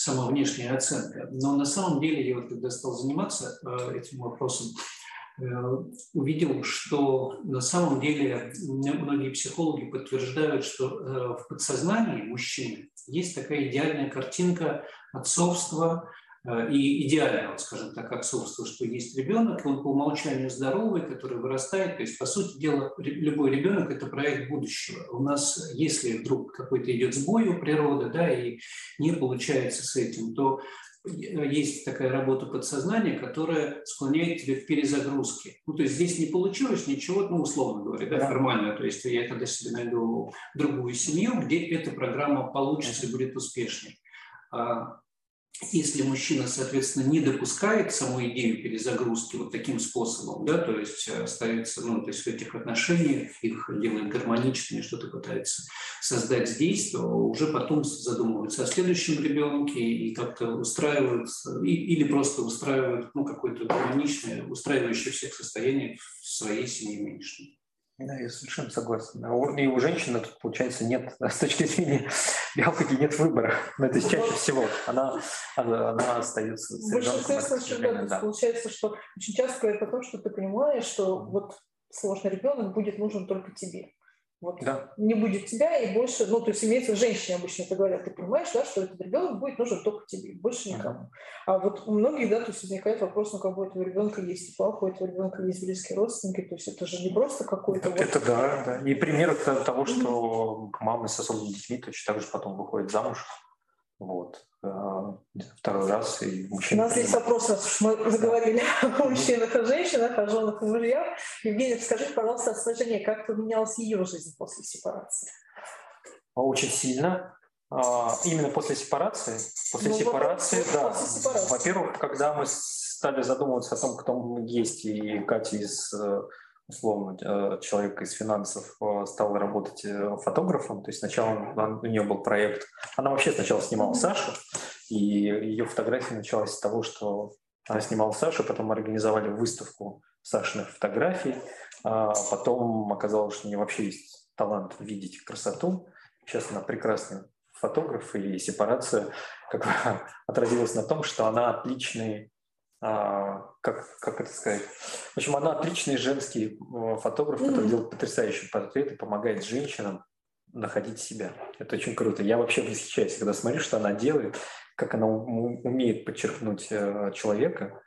самовнешняя оценка. Но на самом деле я вот когда стал заниматься этим вопросом, увидел, что на самом деле многие психологи подтверждают, что в подсознании мужчины есть такая идеальная картинка отцовства и идеального, скажем так, отцовства, что есть ребенок, и он по умолчанию здоровый, который вырастает. То есть, по сути дела, любой ребенок – это проект будущего. У нас, если вдруг какой-то идет сбой у природы, да, и не получается с этим, то есть такая работа подсознания, которая склоняет тебя к перезагрузке. Ну, то есть здесь не получилось ничего, ну, условно говоря, да, формально. То есть я тогда себе найду другую семью, где эта программа получится и будет успешной. Если мужчина, соответственно, не допускает саму идею перезагрузки вот таким способом, да, то есть остается, ну, то есть в этих отношениях их делает гармоничными, что-то пытается создать здесь, то уже потом задумываются о следующем ребенке и как-то устраивают, или просто устраивают, ну, какое-то гармоничное, устраивающее всех состояние в своей семье нынешней. Да, я совершенно согласен. И у женщины тут, получается, нет, с точки зрения биологии, нет выбора. Но это чаще всего. Она остается с ребенком. Да. Получается, что очень часто говорят о том, что ты понимаешь, что вот сложный ребенок будет нужен только тебе. Вот. Да. Не будет тебя и больше, ну, то есть имеется в виду, женщине обычно это говорят, ты понимаешь, да, что этот ребенок будет нужен только тебе, больше никому. А вот у многих, да, то есть возникает вопрос, ну, как бы у этого ребенка есть и папа, у этого ребенка есть близкие родственники, то есть это же не просто какой-то... Это вот... да. И пример того, что мамы с особыми детьми точно так же потом выходят замуж. Вот. Второй раз, и мужчина... У нас есть вопрос, раз уж мы заговорили о мужчинах и женщинах, о женах и мужьях. Евгения, скажите, пожалуйста, о своей жене, как поменялась ее жизнь после сепарации? Очень сильно. Именно после сепарации? После сепарации, да. После сепарации. Во-первых, когда мы стали задумываться о том, кто мы есть, и Катя из... условно, человек из финансов стал работать фотографом. То есть сначала у нее был проект. Она вообще сначала снимала Сашу, и ее фотография началась с того, что она снимала Сашу, потом организовали выставку Сашиных фотографий. Потом оказалось, что у нее вообще есть талант видеть красоту. Сейчас она прекрасный фотограф, и сепарация как бы отразилась на том, что она отличный... как это сказать? В общем, она отличный женский фотограф, который делает потрясающие портреты, помогает женщинам находить себя. Это очень круто. Я вообще восхищаюсь, когда смотрю, что она делает, как она умеет подчеркнуть человека.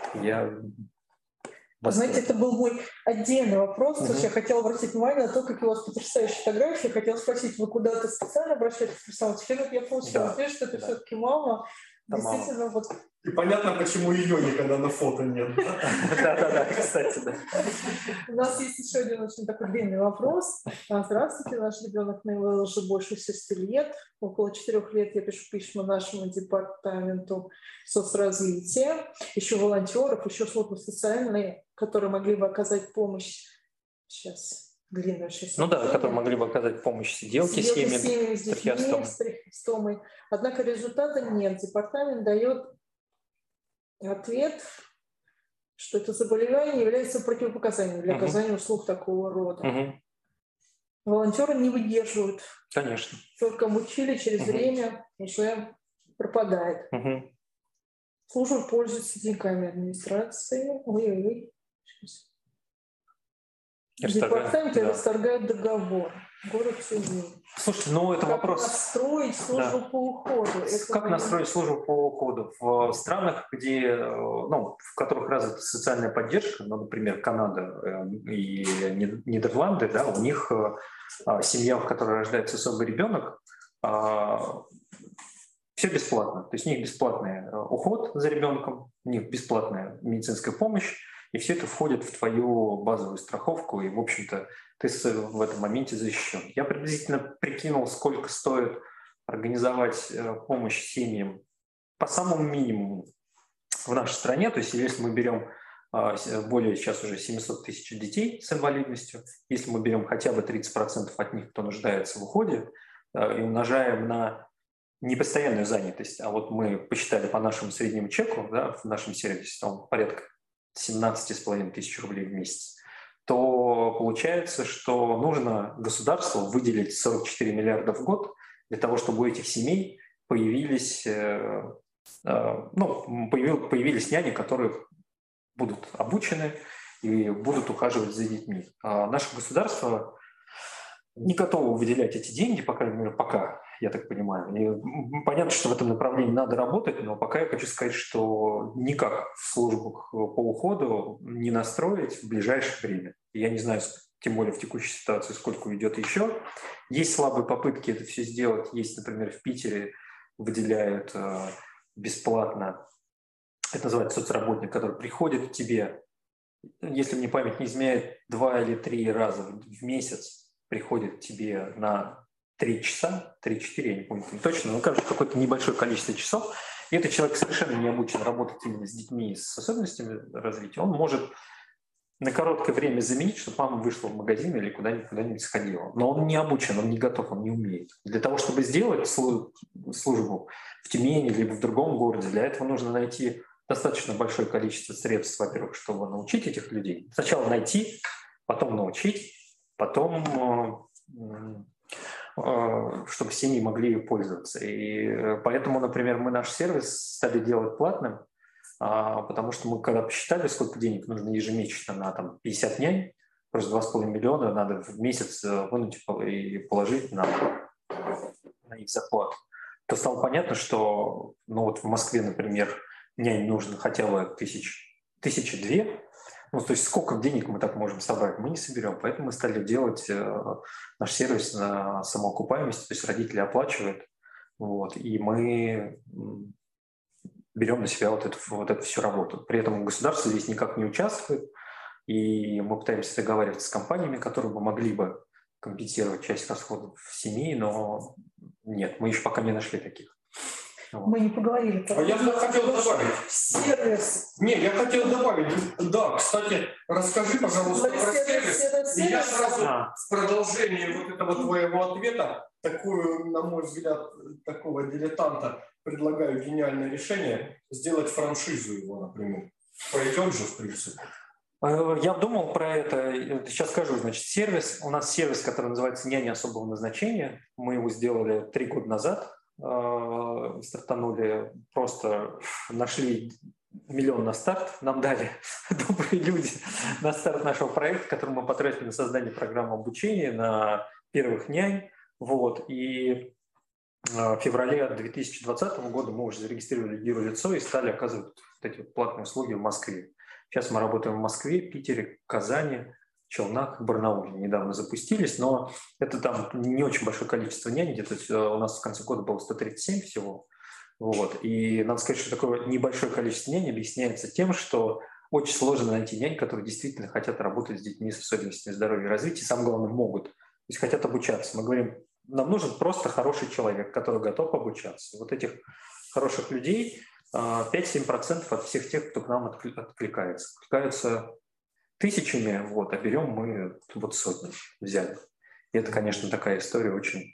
Знаете, это был мой отдельный вопрос. То есть я хотела обратить внимание на то, какие у вас потрясающие фотографии. Хотела спросить, вы куда-то специально обращаетесь к профессионалу? Теперь вот я получила ответ, что это все-таки мама. Действительно, вот... И понятно, почему ее никогда на фото нет. Да, кстати, да. У нас есть еще один очень такой длинный вопрос. Здравствуйте, наш ребенок Нелла уже больше 6 лет. Около 4 лет я пишу письма нашему департаменту соцразвития. Ищу волонтеров, ищу службы социальные, которые могли бы оказать помощь. Сейчас... длинное. Ну да, которые могли бы оказать помощь сиделке семьям с трахеостомой. Однако результата нет. Департамент дает ответ, что это заболевание является противопоказанием для оказания услуг такого рода. Волонтеры не выдерживают. Конечно. Только обучили, через время уже пропадает. Служба пользуется деньгами администрации. Ой-ой-ой. Департамент расторгает договор. Город Тюмень. Слушайте, ну это как вопрос... Как настроить службу по уходу? Как настроить службу по уходу? В странах, где, ну, в которых развита социальная поддержка, ну, например, Канада и Нидерланды, да, у них семья, в которой рождается особый ребенок, все бесплатно. То есть у них бесплатный уход за ребенком, у них бесплатная медицинская помощь, и все это входит в твою базовую страховку, и, в общем-то, ты в этом моменте защищен. Я приблизительно прикинул, сколько стоит организовать помощь семьям по самому минимуму в нашей стране. То есть если мы берем более сейчас уже 700 тысяч детей с инвалидностью, если мы берем хотя бы 30% от них, кто нуждается в уходе, и умножаем на непостоянную занятость, а вот мы посчитали по нашему среднему чеку, да, в нашем сервисе, он порядка 17,5 тысяч рублей в месяц, то получается, что нужно государству выделить 44 миллиарда в год для того, чтобы у этих семей появились няни, которые будут обучены и будут ухаживать за детьми. Наше государство не готово выделять эти деньги, по крайней мере, пока, я так понимаю. И понятно, что в этом направлении надо работать, но пока я хочу сказать, что никак в службах по уходу не настроить в ближайшее время. Я не знаю, тем более в текущей ситуации, сколько уйдет еще. Есть слабые попытки это все сделать. Есть, например, в Питере выделяют бесплатно, это называется соцработник, который приходит к тебе, если мне память не изменяет, 2 или 3 раза в месяц приходит к тебе на 3 часа, 3-4, я не помню точно, но, кажется, какое-то небольшое количество часов. И этот человек совершенно не обучен работать именно с детьми с особенностями развития. Он может на короткое время заменить, чтобы мама вышла в магазин или куда-нибудь сходила. Но он не обучен, он не готов, он не умеет. Для того, чтобы сделать службу в Тюмени либо в другом городе, для этого нужно найти достаточно большое количество средств, во-первых, чтобы научить этих людей. Сначала найти, потом научить, потом чтобы семьи могли пользоваться. И поэтому, например, мы наш сервис стали делать платным, потому что мы когда посчитали, сколько денег нужно ежемесячно на 50 нянь, просто 2,5 миллиона надо в месяц вынуть и положить на их зарплату, то стало понятно, что вот в Москве, например, нянь нужно хотя бы 1000-2. То есть сколько денег мы так можем собрать, мы не соберем. Поэтому мы стали делать наш сервис на самоокупаемости, то есть родители оплачивают, и мы берем на себя вот эту всю работу. При этом государство здесь никак не участвует, и мы пытаемся договариваться с компаниями, которые могли бы компенсировать часть расходов семьи, но нет, мы еще пока не нашли таких. Мы не поговорили про я хотел добавить. Сервис. Я хотел добавить. Да, кстати, расскажи, пожалуйста, про сервис. И я сразу в продолжении вот этого твоего ответа, такую, на мой взгляд, такого дилетанта, предлагаю гениальное решение сделать франшизу его, например. Пойдет же, в принципе. Я думал про это. Сейчас скажу. Значит, сервис. У нас сервис, который называется «Няня особого назначения». Мы его сделали 3 года назад. Стартанули, просто нашли миллион на старт, нам дали добрые люди на старт нашего проекта, который мы потратили на создание программы обучения, на первых нянь. И в феврале 2020 года мы уже зарегистрировали юрлицо и стали оказывать эти платные услуги в Москве. Сейчас мы работаем в Москве, Питере, Казани, Челнах, Барнауле. Недавно запустились, но это там не очень большое количество нянь, где-то у нас в конце года было 137 всего. И надо сказать, что такое небольшое количество нянь объясняется тем, что очень сложно найти нянь, которые действительно хотят работать с детьми с особенностями здоровья и развития, и самое главное, могут. То есть хотят обучаться. Мы говорим, нам нужен просто хороший человек, который готов обучаться. И этих хороших людей 5-7% от всех тех, кто к нам откликается. Откликаются тысячами, а берем мы сотни взяли. И это, конечно, такая история очень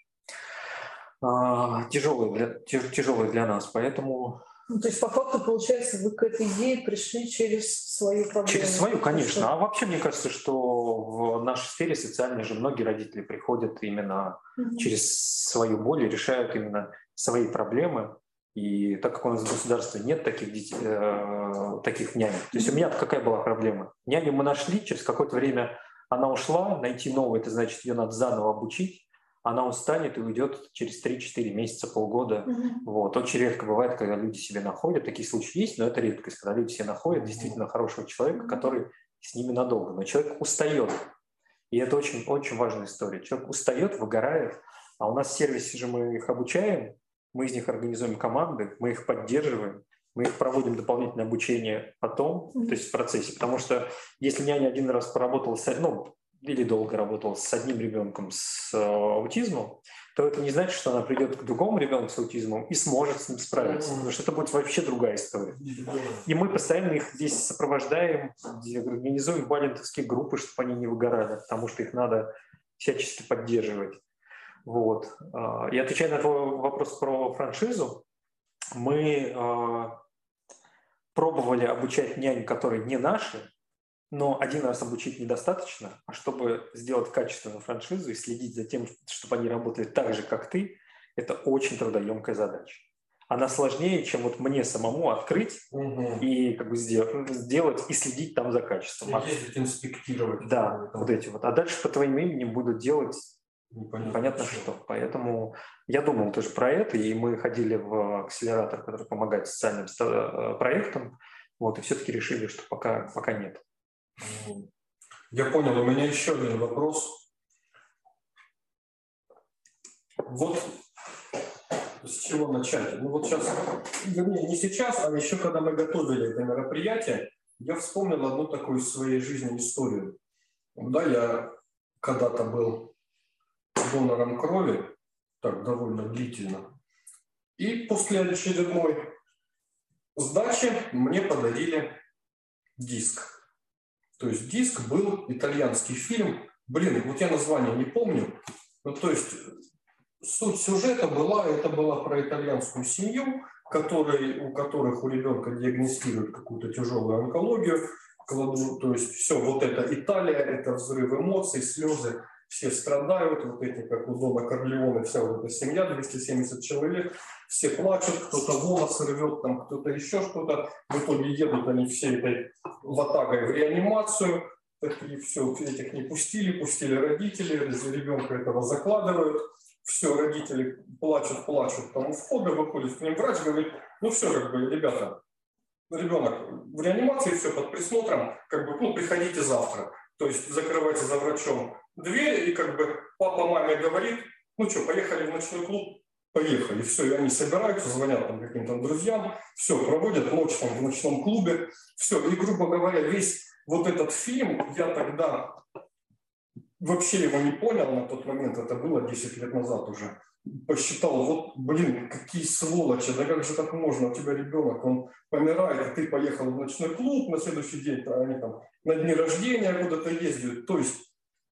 тяжелая для нас, поэтому... То есть, по факту, получается, вы к этой идее пришли через свою проблему? Через свою, конечно. А вообще, мне кажется, что в нашей сфере социальной же многие родители приходят именно через свою боль и решают именно свои проблемы. И так как у нас в государстве нет таких нянь, то есть у меня какая была проблема? Няню мы нашли, через какое-то время она ушла, найти новую, это значит, ее надо заново обучить, она устанет и уйдет через 3-4 месяца, полгода. Очень редко бывает, когда люди себе находят, такие случаи есть, но это редкость, когда люди себе находят действительно хорошего человека, который с ними надолго. Но человек устает, и это очень, очень важная история. Человек устает, выгорает, а у нас в сервисе же мы их обучаем, мы из них организуем команды, мы их поддерживаем, мы их проводим дополнительное обучение потом, то есть в процессе. Потому что если няня один раз поработала или долго работала с одним ребенком с аутизмом, то это не значит, что она придет к другому ребенку с аутизмом и сможет с ним справиться. Потому что это будет вообще другая история. И мы постоянно их здесь сопровождаем, организуем валентовские группы, чтобы они не выгорали, потому что их надо всячески поддерживать. И отвечая на твой вопрос про франшизу, мы пробовали обучать нянь, которые не наши, но один раз обучить недостаточно, а чтобы сделать качественную франшизу и следить за тем, чтобы они работали так же, как ты, это очень трудоемкая задача. Она сложнее, чем вот мне самому открыть и как бы сделать и следить там за качеством. Ездить, инспектировать. Да, вот эти вот. А дальше по твоим именем будут делать непонятно что. Поэтому я думал тоже про это, и мы ходили в акселератор, который помогает социальным проектам, вот, и все-таки решили, что пока нет. Я понял, у меня еще один вопрос. Вот с чего начать? Ну вот сейчас, вернее, не сейчас, а еще когда мы готовили это мероприятие, я вспомнил одну такую из своей жизни историю. Да, я когда-то был донором крови, так довольно длительно. И после очередной сдачи мне подарили диск. То есть диск был итальянский фильм. Блин, вот я название не помню. Ну, то есть суть сюжета была, это была про итальянскую семью, у которых у ребенка диагностируют какую-то тяжелую онкологию. То есть все, вот это Италия, это взрыв эмоций, слезы, все страдают, вот эти, как у Дона Корлеоне, вся вот эта семья, 270 человек, все плачут, кто-то волосы рвет, там кто-то еще что-то. В итоге едут они все этой ватагой в реанимацию, такие все, этих не пустили, пустили родители, ребенка этого закладывают. Все, родители плачут, там у входа, выходит к ним врач, говорит, ну все, как бы, ребята, ребенок в реанимации, все под присмотром, как бы, ну, приходите завтра. То есть закрывайте за врачом дверь, и как бы папа маме говорит, ну что, поехали в ночной клуб, поехали. Все, и они собираются, звонят там каким-то друзьям, все, проводят ночь там в ночном клубе, все. И, грубо говоря, весь вот этот фильм, я тогда вообще его не понял на тот момент, это было 10 лет назад уже. Посчитал, вот, блин, какие сволочи, да как же так можно, у тебя ребенок, он помирает, а ты поехал в ночной клуб, на следующий день они там на дни рождения куда-то ездят. То есть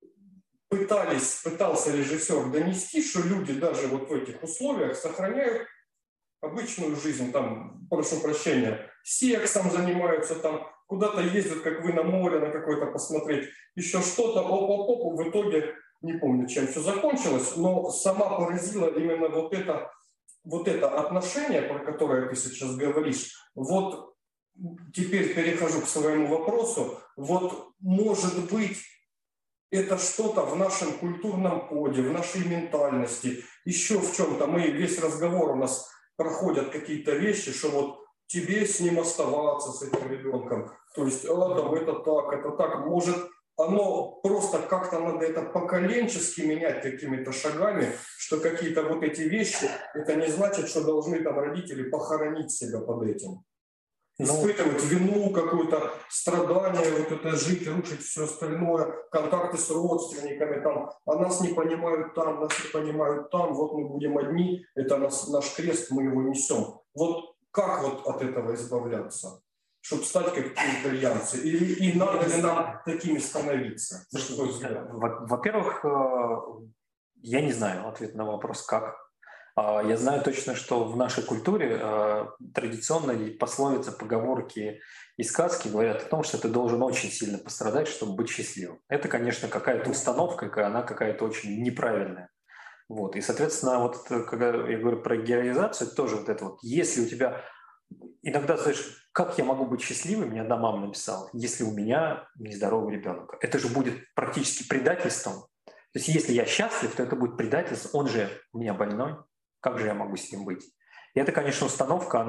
пытался режиссер донести, что люди даже вот в этих условиях сохраняют обычную жизнь, там, прошу прощения, сексом занимаются, там, куда-то ездят, как вы, на море, на какое-то посмотреть, еще что-то, оп-оп-оп, в итоге, не помню, чем все закончилось, но сама поразила именно вот это отношение, про которое ты сейчас говоришь. Вот теперь перехожу к своему вопросу. Вот, может быть, это что-то в нашем культурном коде, в нашей ментальности, еще в чем-то. Весь разговор у нас проходят какие-то вещи, что вот тебе с ним оставаться, с этим ребенком. То есть это так. Может, оно просто как-то надо это поколенчески менять какими-то шагами, что какие-то вот эти вещи, это не значит, что должны там родители похоронить себя под этим. Испытывать вину, какое-то страдание, вот это жить, рушить все остальное, контакты с родственниками, там, а нас не понимают там, нас не понимают там, вот мы будем одни, это наш крест, мы его несем. Вот как вот от этого избавляться, чтобы стать как итальянцы? И надо ли нам такими становиться? Во-первых, я не знаю ответ на вопрос «как?». Я знаю точно, что в нашей культуре традиционно пословицы, поговорки и сказки говорят о том, что ты должен очень сильно пострадать, чтобы быть счастливым. Это, конечно, какая-то установка, она какая-то очень неправильная. Вот. И, соответственно, вот когда я говорю про героизацию, это тоже вот это вот. Если у тебя... Иногда, слышишь, как я могу быть счастливым, мне одна мама написала, если у меня нездоровый ребенок. Это же будет практически предательством. То есть если я счастлив, то это будет предательство. Он же у меня больной. Как же я могу с ним быть? И это, конечно, установка,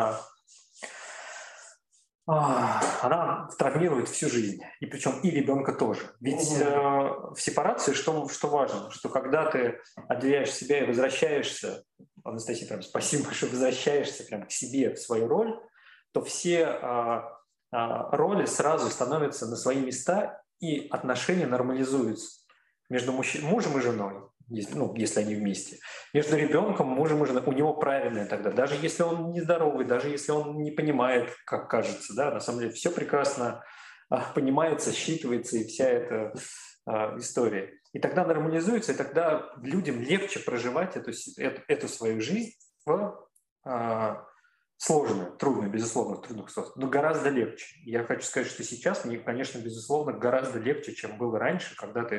она травмирует всю жизнь. И причем и ребенка тоже. Ведь в сепарации что важно? Что когда ты отделяешь себя и возвращаешься, Анастасия, прям спасибо, что возвращаешься прям к себе в свою роль, то все роли сразу становятся на свои места, и отношения нормализуются между мужем и женой. Если они вместе. Между ребенком, мужем и женой, у него правильное тогда. Даже если он нездоровый, даже если он не понимает, как кажется, да, на самом деле все прекрасно понимается, считывается, и вся эта история. И тогда нормализуется, и тогда людям легче проживать эту свою жизнь в сложную, трудную, безусловно, трудных ситуациях, но гораздо легче. Я хочу сказать, что сейчас мне, конечно, безусловно, гораздо легче, чем было раньше, когда ты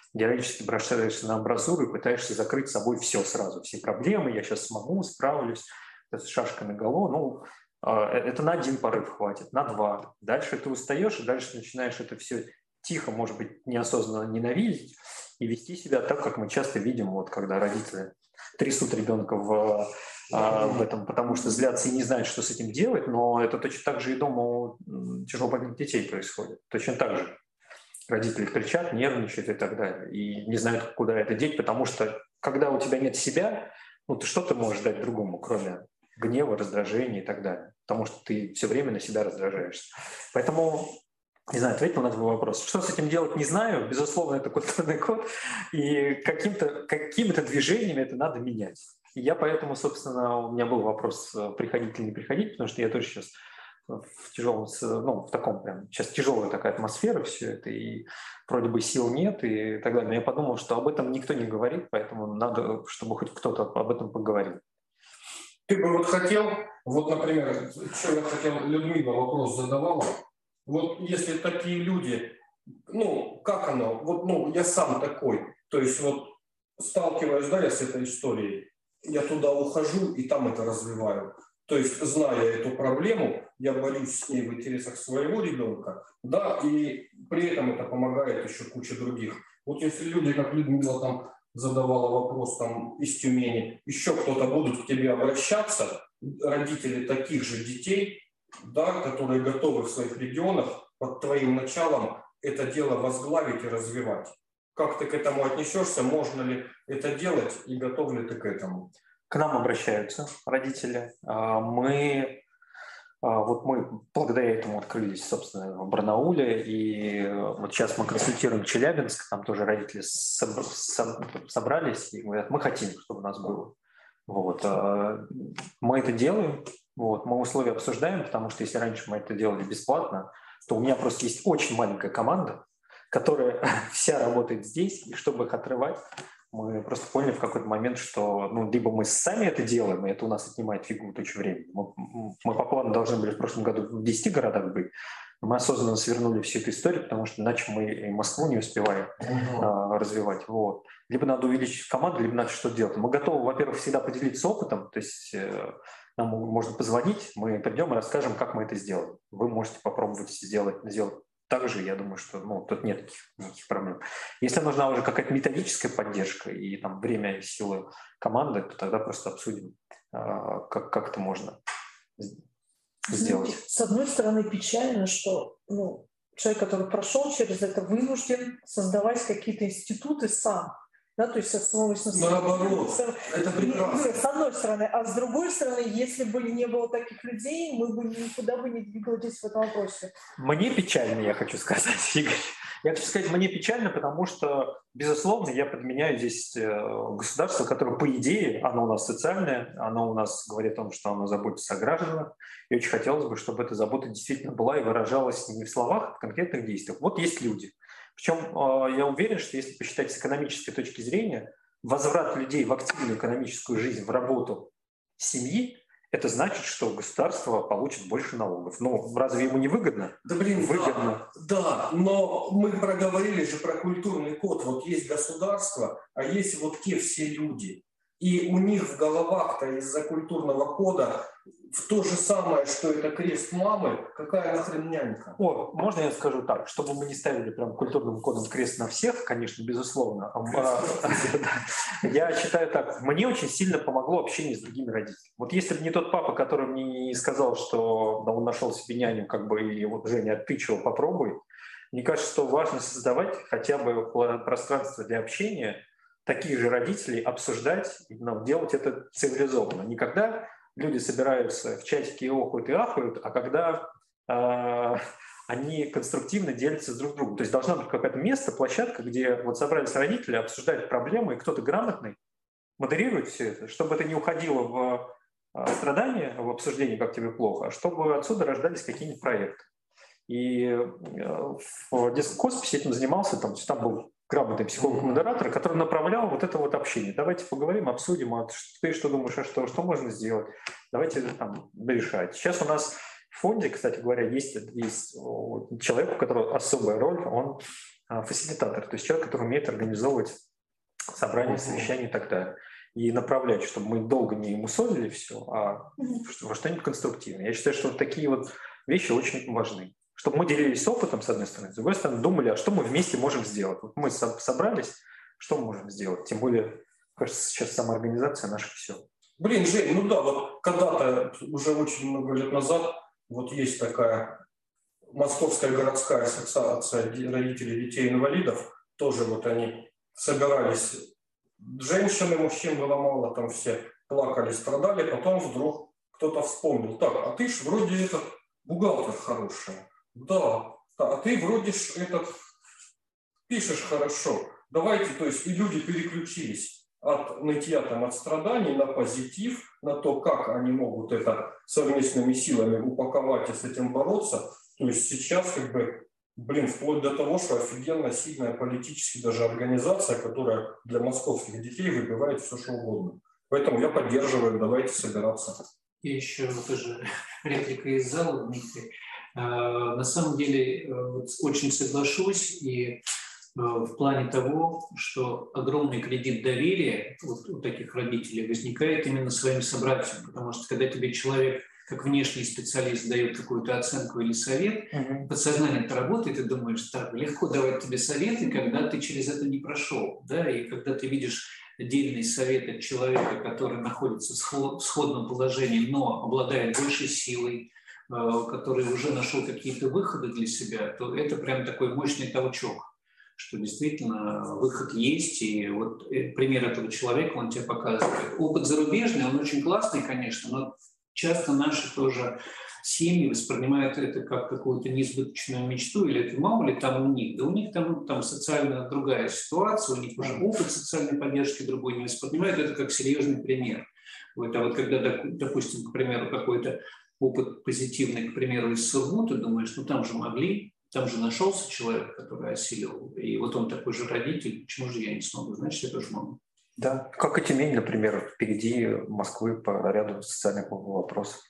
героически бросаешься на амбразуру и пытаешься закрыть собой все сразу, все проблемы, я сейчас смогу, справлюсь, это шашка наголо, ну, это на один порыв хватит, на два. Дальше ты устаешь, и дальше начинаешь это все тихо, может быть, неосознанно ненавидеть и вести себя так, как мы часто видим, вот когда родители трясут ребенка в этом, потому что злятся и не знают, что с этим делать, но это точно так же и дома у тяжелобольных детей происходит. Точно так же. Родители кричат, нервничают и так далее, и не знают, куда это деть, потому что когда у тебя нет себя, ну, ты что ты можешь дать другому, кроме гнева, раздражения и так далее, потому что ты все время на себя раздражаешься. Поэтому, не знаю, ответил на твой вопрос. Что с этим делать, не знаю. Безусловно, это культурный код, и какими-то движениями это надо менять. И я поэтому, собственно, у меня был вопрос, приходить или не приходить, потому что я тоже сейчас в тяжелом, ну, в таком прям, сейчас тяжелая такая атмосфера, все это, и вроде бы сил нет и так далее. Но я подумал, что об этом никто не говорит, поэтому надо, чтобы хоть кто-то об этом поговорил. Ты бы вот хотел, вот, например, что я хотел, Людмила вопрос задавала, вот если такие люди, ну, как оно, вот, ну, я сам такой, то есть вот сталкиваюсь, да, я с этой историей, я туда ухожу и там это развиваю. То есть, зная эту проблему, я борюсь с ней в интересах своего ребенка, да, и при этом это помогает еще куча других. Вот если люди, как Людмила там задавала вопрос там из Тюмени, еще кто-то будут к тебе обращаться, родители таких же детей, да, которые готовы в своих регионах под твоим началом это дело возглавить и развивать. Как ты к этому отнесешься? Можно ли это делать и готов ли ты к этому? К нам обращаются родители. Мы благодаря этому открылись, собственно, в Барнауле, и вот сейчас мы консультируем Челябинск, там тоже родители собрались и говорят, мы хотим, чтобы у нас было. Вот. Мы это делаем, вот. Мы условия обсуждаем, потому что если раньше мы это делали бесплатно, то у меня просто есть очень маленькая команда, которая вся работает здесь, и чтобы их отрывать, мы просто поняли в какой-то момент, что либо мы сами это делаем, и это у нас отнимает фигу тучу времени. Мы по плану должны были в прошлом году в 10 городах быть, но мы осознанно свернули всю эту историю, потому что иначе мы и Москву не успеваем развивать. Вот. Либо надо увеличить команду, либо надо что-то делать. Мы готовы, во-первых, всегда поделиться опытом, то есть нам можно позвонить, мы придем и расскажем, как мы это сделаем. Вы можете попробовать сделать также, я думаю, что тут нет никаких проблем. Если нужна уже какая-то методическая поддержка и там время и силы команды, то тогда просто обсудим, как это можно сделать. С одной стороны, печально, что человек, который прошел через это, вынужден создавать какие-то институты сам. Да, то есть основываясь на... Наоборот, это прекрасно. С одной стороны. А с другой стороны, если бы не было таких людей, мы бы никуда бы не двигались в этом вопросе. Мне печально, я хочу сказать, Игорь. Я хочу сказать, мне печально, потому что, безусловно, я подменяю здесь государство, которое, по идее, оно у нас социальное, оно у нас говорит о том, что оно заботится о гражданах. И очень хотелось бы, чтобы эта забота действительно была и выражалась не в словах, а в конкретных действиях. Вот есть люди. Причем я уверен, что если посчитать с экономической точки зрения, возврат людей в активную экономическую жизнь, в работу семьи, это значит, что государство получит больше налогов. Разве ему не выгодно? Да блин, выгодно. Да, но мы проговорили же про культурный код. Вот есть государство, а есть вот те все люди. И у них в головах-то из-за культурного кода в то же самое, что это крест мамы, какая нахрен нянька? Можно я скажу так, чтобы мы не ставили прям культурным кодом крест на всех, конечно, безусловно. Я считаю так, мне очень сильно помогло общение с другими родителями. Вот если бы не тот папа, который мне не сказал, что он нашел себе няню, и вот Женя, ты чего, попробуй. Мне кажется, что важно создавать хотя бы пространство для общения, таких же родителей обсуждать, делать это цивилизованно. Не когда люди собираются в чатике и охают и ахают, а когда они конструктивно делятся с друг другом. То есть должно быть какое-то место, площадка, где вот собрались родители, обсуждают проблемы, и кто-то грамотный модерирует все это, чтобы это не уходило в страдания, в обсуждение, как тебе плохо, а чтобы отсюда рождались какие-нибудь проекты. И в детском хосписе этим занимался, там был грамотный психолог-модератор, который направлял вот это вот общение. Давайте поговорим, обсудим, ты что думаешь, что можно сделать? Давайте решать. Сейчас у нас в фонде, кстати говоря, есть человек, у которого особая роль, он фасилитатор, то есть человек, который умеет организовывать собрания, совещания и так далее. И направлять, чтобы мы долго не мусолили все, а во что-нибудь конструктивное. Я считаю, что вот такие вот вещи очень важны. Чтобы мы делились опытом, с одной стороны, с другой стороны, думали, а что мы вместе можем сделать. Вот мы собрались, что мы можем сделать? Тем более, кажется, сейчас самоорганизация наша все. Блин, Жень, ну да, вот когда-то, уже очень много лет назад, вот есть такая Московская городская ассоциация родителей детей-инвалидов, тоже вот они собирались, женщин и мужчин было мало, там все плакали, страдали, потом вдруг кто-то вспомнил, так, а ты ж вроде этот бухгалтер хороший, да, а ты вроде ж этот пишешь хорошо, давайте, то есть и люди переключились от нытья, там, от страданий на позитив, на то, как они могут это совместными силами упаковать и с этим бороться. То есть сейчас как бы, вплоть до того, что офигенно сильная политически даже организация, которая для московских детей выбивает все, что угодно. Поэтому я поддерживаю, давайте собираться. И еще тоже реплика из зала, Дмитрий. На самом деле очень соглашусь и в плане того, что огромный кредит доверия у таких родителей возникает именно своим собратьям, потому что когда тебе человек, как внешний специалист, дает какую-то оценку или совет, подсознание это работает, и ты думаешь, так, легко давать тебе советы, когда ты через это не прошел, да, и когда ты видишь отдельный совет от человека, который находится в сходном положении, но обладает большей силой, который уже нашел какие-то выходы для себя, то это прям такой мощный толчок, что действительно выход есть, и вот пример этого человека, он тебе показывает. Опыт зарубежный, он очень классный, конечно, но часто наши тоже семьи воспринимают это как какую-то несбыточную мечту, или это мало ли там у них. Да у них там социально другая ситуация, у них уже опыт социальной поддержки другой, не воспринимают это как серьезный пример. Вот, а вот когда, допустим, к примеру, какой-то опыт позитивный, к примеру, из Сургута, думаешь, ну там же могли, там же нашелся человек, который осилил, и вот он такой же родитель, почему же я не смогу? Значит, я тоже могу. Да, как и Тюмень, например, впереди Москвы по ряду социальных вопросов.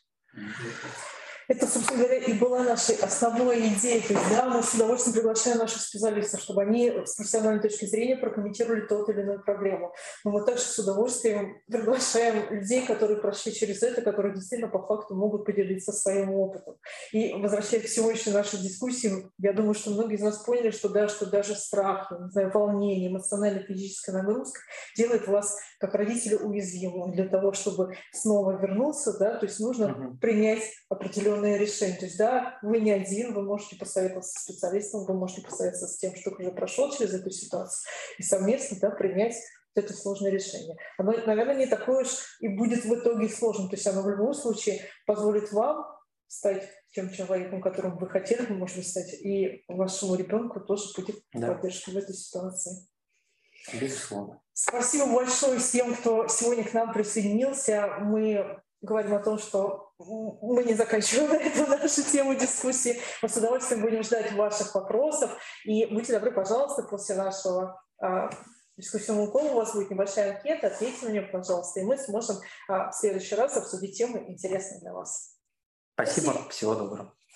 Это, собственно говоря, и была нашей основной идеей. То есть, да, мы с удовольствием приглашаем наших специалистов, чтобы они с профессиональной точки зрения прокомментировали тот или иную проблему. Но мы также с удовольствием приглашаем людей, которые прошли через это, которые действительно по факту могут поделиться своим опытом. И возвращаясь к сегодняшней нашей дискуссии, я думаю, что многие из нас поняли, что даже страх, не знаю, волнение, эмоциональная физическая нагрузка делает вас как родителя уязвимым для того, чтобы снова вернуться, да, то есть нужно принять определенные решения. То есть, да, вы не один, вы можете посоветоваться со специалистом, вы можете посоветоваться с тем, кто уже прошел через эту ситуацию, и совместно, да, принять это сложное решение. Оно, наверное, не такое уж и будет в итоге сложным. То есть оно в любом случае позволит вам стать тем человеком, которым вы хотели бы, может быть, стать, и вашему ребенку тоже будет поддержка в этой ситуации. Безусловно. Спасибо большое всем, кто сегодня к нам присоединился. Мы говорим о том, что мы не заканчиваем эту нашу тему дискуссии. Мы с удовольствием будем ждать ваших вопросов. И будьте добры, пожалуйста, после нашего дискуссионного кола у вас будет небольшая анкета. Ответьте на нее, пожалуйста, и мы сможем в следующий раз обсудить темы, интересные для вас. Спасибо. Всего доброго.